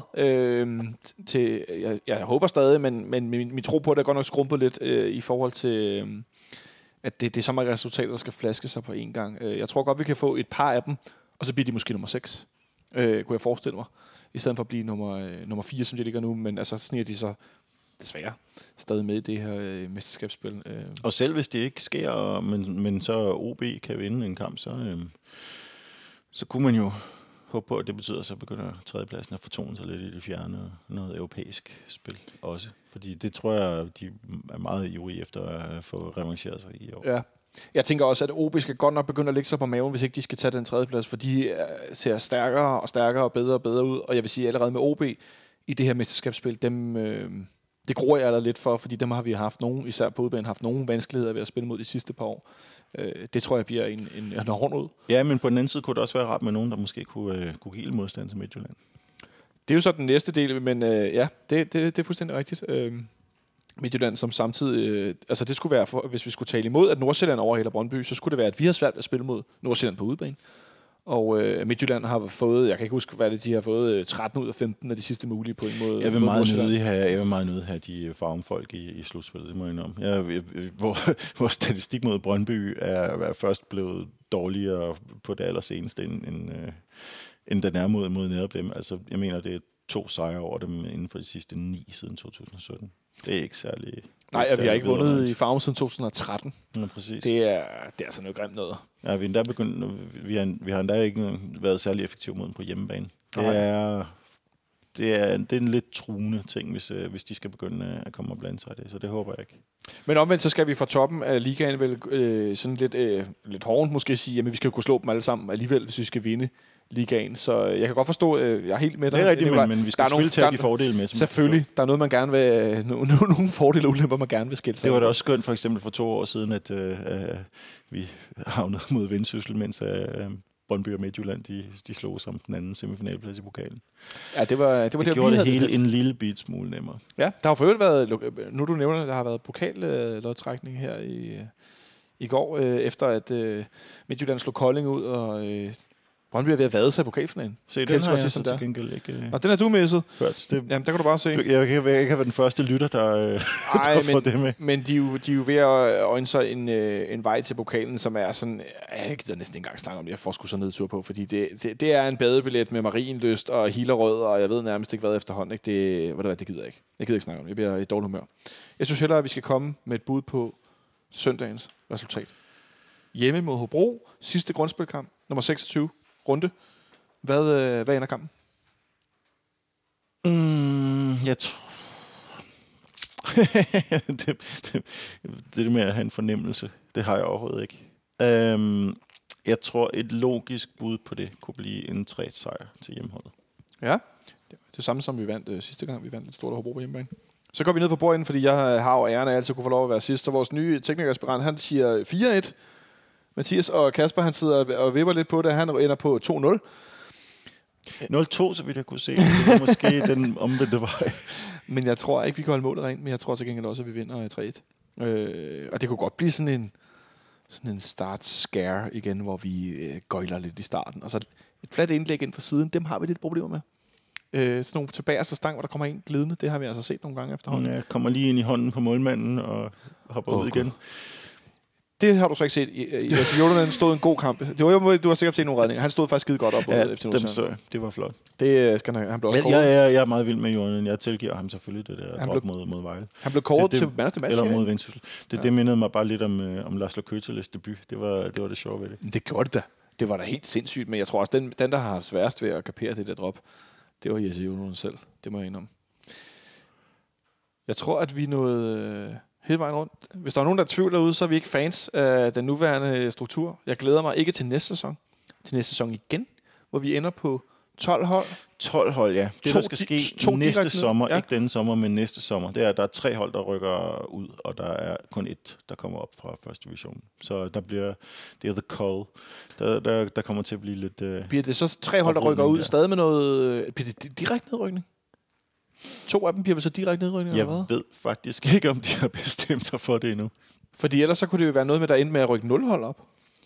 Jeg håber stadig, men min tro på det er godt nok skrumpet lidt i forhold til, at det er så mange resultater, der skal flaske sig på én gang. Jeg tror godt, vi kan få et par af dem, og så bliver de måske nummer 6, kunne jeg forestille mig. I stedet for at blive nummer 4, som de ligger nu, men altså sniger de så desværre stadig med i det her mesterskabsspil. Og selv hvis det ikke sker, men så OB kan vinde en kamp, så kunne man jo håbe på, at det betyder, at så begynder tredjepladsen at fortone sig lidt i det fjerne noget europæisk spil også. Fordi det tror jeg, de er meget ivrige efter at få revancheret sig i år. Ja. Jeg tænker også, at OB skal godt nok begynde at lægge sig på maven, hvis ikke de skal tage den tredjeplads, for de ser stærkere og stærkere og bedre ud. Og jeg vil sige, allerede med OB i det her mesterskabsspil, det gruer jeg allerede lidt for, fordi dem har vi haft nogen, især på udbanen, haft nogle vanskeligheder ved at spille mod de sidste par år. Det tror jeg bliver en hård ud. Ja, men på den anden side kunne det også være rart med nogen, der måske kunne give modstand til Midtjylland. Det er jo så den næste del, men ja, det er fuldstændig rigtigt. Midtjylland, som samtidig... altså det skulle være, hvis vi skulle tale imod, at Nordsjælland overhaler Brøndby, så skulle det være, at vi har svært at spille mod Nordsjælland på udebane. Og Midtjylland har fået, jeg kan ikke huske, hvad det de har fået, 13 ud af 15 af de sidste mulige point mod Jeg vil Nordsjælland. meget nødig have de farmfolk i slutspillet, det må jeg indrømme. Vores statistik mod Brøndby er først blevet dårligere på det allerseneste, end den er mod netop dem. Altså, jeg mener, det er 2 sejre over dem inden for de sidste 9 siden 2017. Det er ikke særlig... Nej, vi har ikke vundet i Farum siden 2013. Ja, præcis. Det er altså noget grimt noget. Ja, vi har endda ikke været særlig effektive mod dem på hjemmebane. Det er en lidt truende ting, hvis de skal begynde at komme og blande sig i det, så det håber jeg ikke. Men omvendt, så skal vi fra toppen af ligaen vel sådan lidt hårdt måske sige, at vi skal kunne slå dem alle sammen alligevel, hvis vi skal vinde ligaen. Så jeg kan godt forstå, jeg er helt med dig. Det er rigtigt, men vi skal selvfølgelig tage de fordele med. Selvfølgelig. Der er noget, man gerne vil... Nogle fordele og ulemper, man gerne vil skille sig. Det var da også skønt, for eksempel for 2 år siden, at vi havnede mod Vendsyssel, mens Brøndby og Midtjylland, de slog som den anden semifinalplads i pokalen. Ja, det gjorde det hele en lille bit smule nemmere. Ja, der har for øvrigt været... Nu du nævner, der har været pokallodtrækning her i går, efter at Midtjylland slog Kolding ud, og... Brøndby er ved at vade sig i pokalfinalen. Se, den har jeg så til gengæld ikke... Og den er du misset. Hørt. Jamen, der kan du bare se. Jeg kan ikke have været den første lytter, der får det med. Men de er jo ved at øjne sig en vej til pokalen, som er sådan... Jeg gider næsten ikke engang snakke om det, jeg får sgu så nedtur på, fordi det er en badebillet med Marienlyst og Hillerød, og jeg ved nærmest ikke hvad efterhånden. Ikke? Det gider jeg ikke. Jeg gider ikke snakke om det. Jeg bliver i dårlig humør. Jeg synes hellere, at vi skal komme med et bud på søndagens resultat. Hjemme mod Hobro, sidste grundspilkamp, nummer 26. runde. Hvad ender kampen? Jeg tror... det med at have en fornemmelse, det har jeg overhovedet ikke. Jeg tror, et logisk bud på det kunne blive en 3-sejr til hjemmeholdet. Ja, det er samme som vi vandt sidste gang. Vi vandt et stort Hobro på hjemmebane. Så går vi ned på bordet, fordi jeg har jo æren af altid kunne få lov at være sidst. Så vores nye teknikeraspirant, han siger 4-1. Mathias og Kasper, han sidder og vipper lidt på det. Han ender på 2-0. 0-2, så vidt jeg kunne se. Det var måske den omvendte vej. Men jeg tror ikke, vi kan holde målet rent. Men jeg tror til gengæld også, at vi vinder 3-1. Og det kunne godt blive sådan en start-scare igen, hvor vi gøjler lidt i starten. Og så et fladt indlæg ind på siden, dem har vi lidt problemer med. Sådan nogle tilbagerste stang, hvor der kommer en glidende. Det har vi altså set nogle gange efterhånden. Ja, kommer lige ind i hånden på målmanden og hopper ud igen. Det har du så ikke set. Altså, Jordan stod en god kamp. Det var, du har sikkert set nogle redninger. Han stod faktisk skide godt op. Det var flot. Det skal han blev også kåret. Jeg er meget vild med Jordan. Jeg tilgiver ham selvfølgelig det der drop mod Vejle. Han blev kåret til man of the match. Eller mod Vendsyssel. Det mindede mig bare lidt om Laszlo Køteles debut. Det var det sjove ved det. Det gjorde det da. Det var da helt sindssygt. Men jeg tror også, den der har sværest ved at kapere det der drop, det var Jesse Jordan selv. Det må jeg indrømme. Jeg tror, at vi nåede... hele vejen rundt. Hvis der er nogen, der er tvivl derude, så er vi ikke fans af den nuværende struktur. Jeg glæder mig ikke til næste sæson. Til næste sæson igen, hvor vi ender på 12 hold. 12 hold, ja. Det, der skal ske næste sommer, ikke denne sommer, men næste sommer, det er, at der er 3 hold, der rykker ud, og der er kun 1, der kommer op fra første division. Så der bliver, det er the call. Der kommer til at blive lidt... Bliver det så 3 hold, der rykker ud, stadig med noget... Bliver det direkte nedrykning? 2 af dem bliver vel så direkte nedrykning, eller hvad? Jeg ved faktisk ikke, om de har bestemt sig for det endnu. Fordi ellers så kunne det jo være noget med, der endte med at rykke 0 hold op.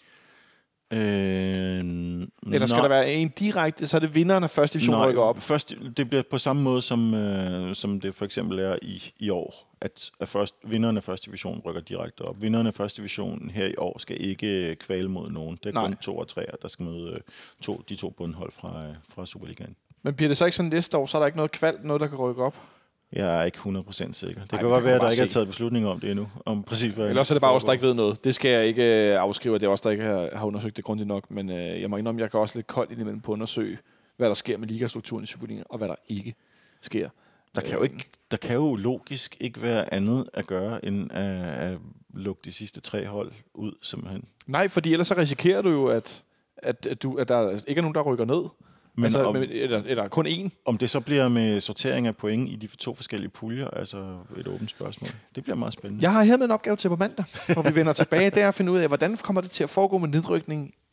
Eller skal der være en direkte, så er det vinderen af første division rykker op? Det bliver på samme måde, som det for eksempel er i år. At vinderen af første division rykker direkte op. Vinderen af første division her i år skal ikke kvæle mod nogen. Det er kun 2 og 3, der skal møde de 2 bundhold fra Superligaen. Men bliver det så ikke sådan næste år, så er der ikke noget kvalt, noget der kan rykke op? Jeg er ikke 100% sikker. Det kan godt være, at der ikke er taget beslutning om det endnu. Om præcis, hvad eller også er det bare os, der ikke ved noget. Det skal jeg ikke afskrive, det er os, der ikke har undersøgt det grundigt nok. Men jeg må indrømme, jeg kan også lidt koldt indimellem på at undersøge, hvad der sker med ligastrukturen i Superligaen, og hvad der ikke sker. Der kan jo logisk ikke være andet at gøre, end at lukke de sidste 3 hold ud, simpelthen. Nej, fordi ellers så risikerer du jo, at der ikke er nogen, der rykker ned. Men altså, eller kun én. Om det så bliver med sortering af point i de 2 forskellige puljer, altså et åbent spørgsmål. Det bliver meget spændende. Jeg har hermed en opgave til på mandag, hvor vi vender tilbage. Det er at finde ud af, hvordan kommer det til at foregå med nedrykning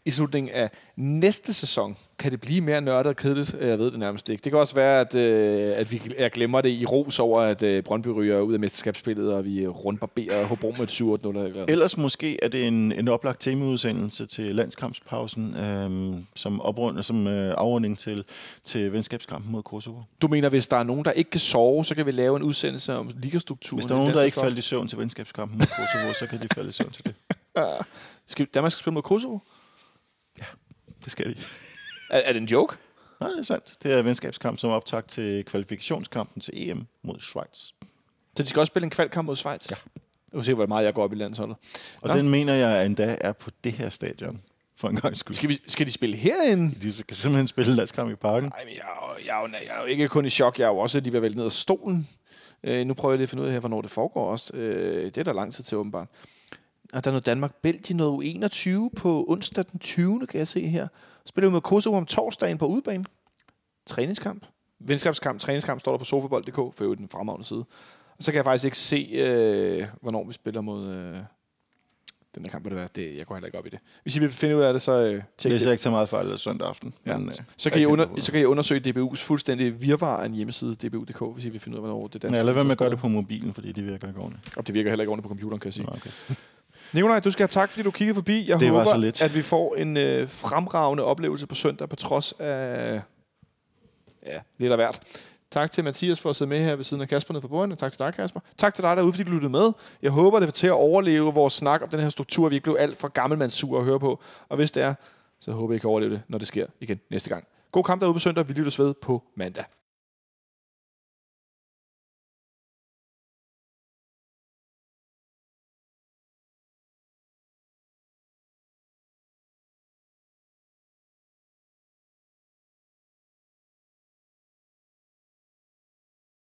i slutningen af næste sæson. Kan det blive mere nørdet og kedeligt? Jeg ved det nærmest ikke. Det kan også være, at jeg glemmer det i ros over, at Brøndby ryger ud af mesterskabsspillet, og vi rundbarberer Hobro med et 7-8-0. Ellers måske er det en oplagt temaudsendelse til landskampspausen, som afrunding til venskabskampen mod Kosovo. Du mener, hvis der er nogen, der ikke kan sove, så kan vi lave en udsendelse om ligastrukturen? Hvis der er nogen, der ikke faldt i søvn til venskabskampen mod Kosovo, så kan de falde i søvn til det. Danmark skal spille mod Kosovo? Ja, det skal de. Er det en joke? Nej, det er sandt. Det er venskabskamp som optakt til kvalifikationskampen til EM mod Schweiz. Så de skal også spille en kvalkamp mod Schweiz? Ja. Du ser, hvor meget jeg går op i landsholdet. Og den mener jeg endda er på det her stadion. For en gang skyld. Skal de spille herinde? De kan simpelthen spille landskamp i parken. Nej, men jeg er jo ikke kun i chok. Jeg er jo også, at de vil vælge ned af stolen. Nu prøver jeg lige at finde ud af her, hvornår det foregår også. Det er der lang tid til, åbenbart. Og der er noget Danmark-Belgien, noget U21 på onsdag den 20. kan jeg se her. Spiller vi med Kosovo om torsdagen på udebane. Træningskamp. Venskabskamp, træningskamp står der på sofabold.dk, for øvrigt den fremragende side. Og så kan jeg faktisk ikke se, hvornår vi spiller mod den der kamp. Jeg går heller ikke op i det. Hvis I vil finde ud af det, så tjek det. Det er ikke så meget fejl søndag aften. Ja. Men, så kan I undersøge DBU's fuldstændig virvar af en hjemmeside, dbu.dk, hvis I vil finde ud af, hvornår det danske... Ja, lad være med at gøre det på mobilen, fordi det virker ikke ordentligt. Og det virker heller ikke ordentligt på computeren, kan jeg sige. Okay. Nikolaj, du skal have tak, fordi du kiggede forbi. Jeg håber, at vi får en fremragende oplevelse på søndag, på trods af lidt af hvert. Tak til Mathias for at sidde med her ved siden af Kasper nede for bordene. Tak til dig, Kasper. Tak til dig derude, fordi du lyttede med. Jeg håber, det var til at overleve vores snak om den her struktur, vi ikke blev alt for gammelmandssur at høre på. Og hvis det er, så håber jeg, I kan overleve det, når det sker igen næste gang. God kamp derude på søndag. Vi lyttes ved på mandag.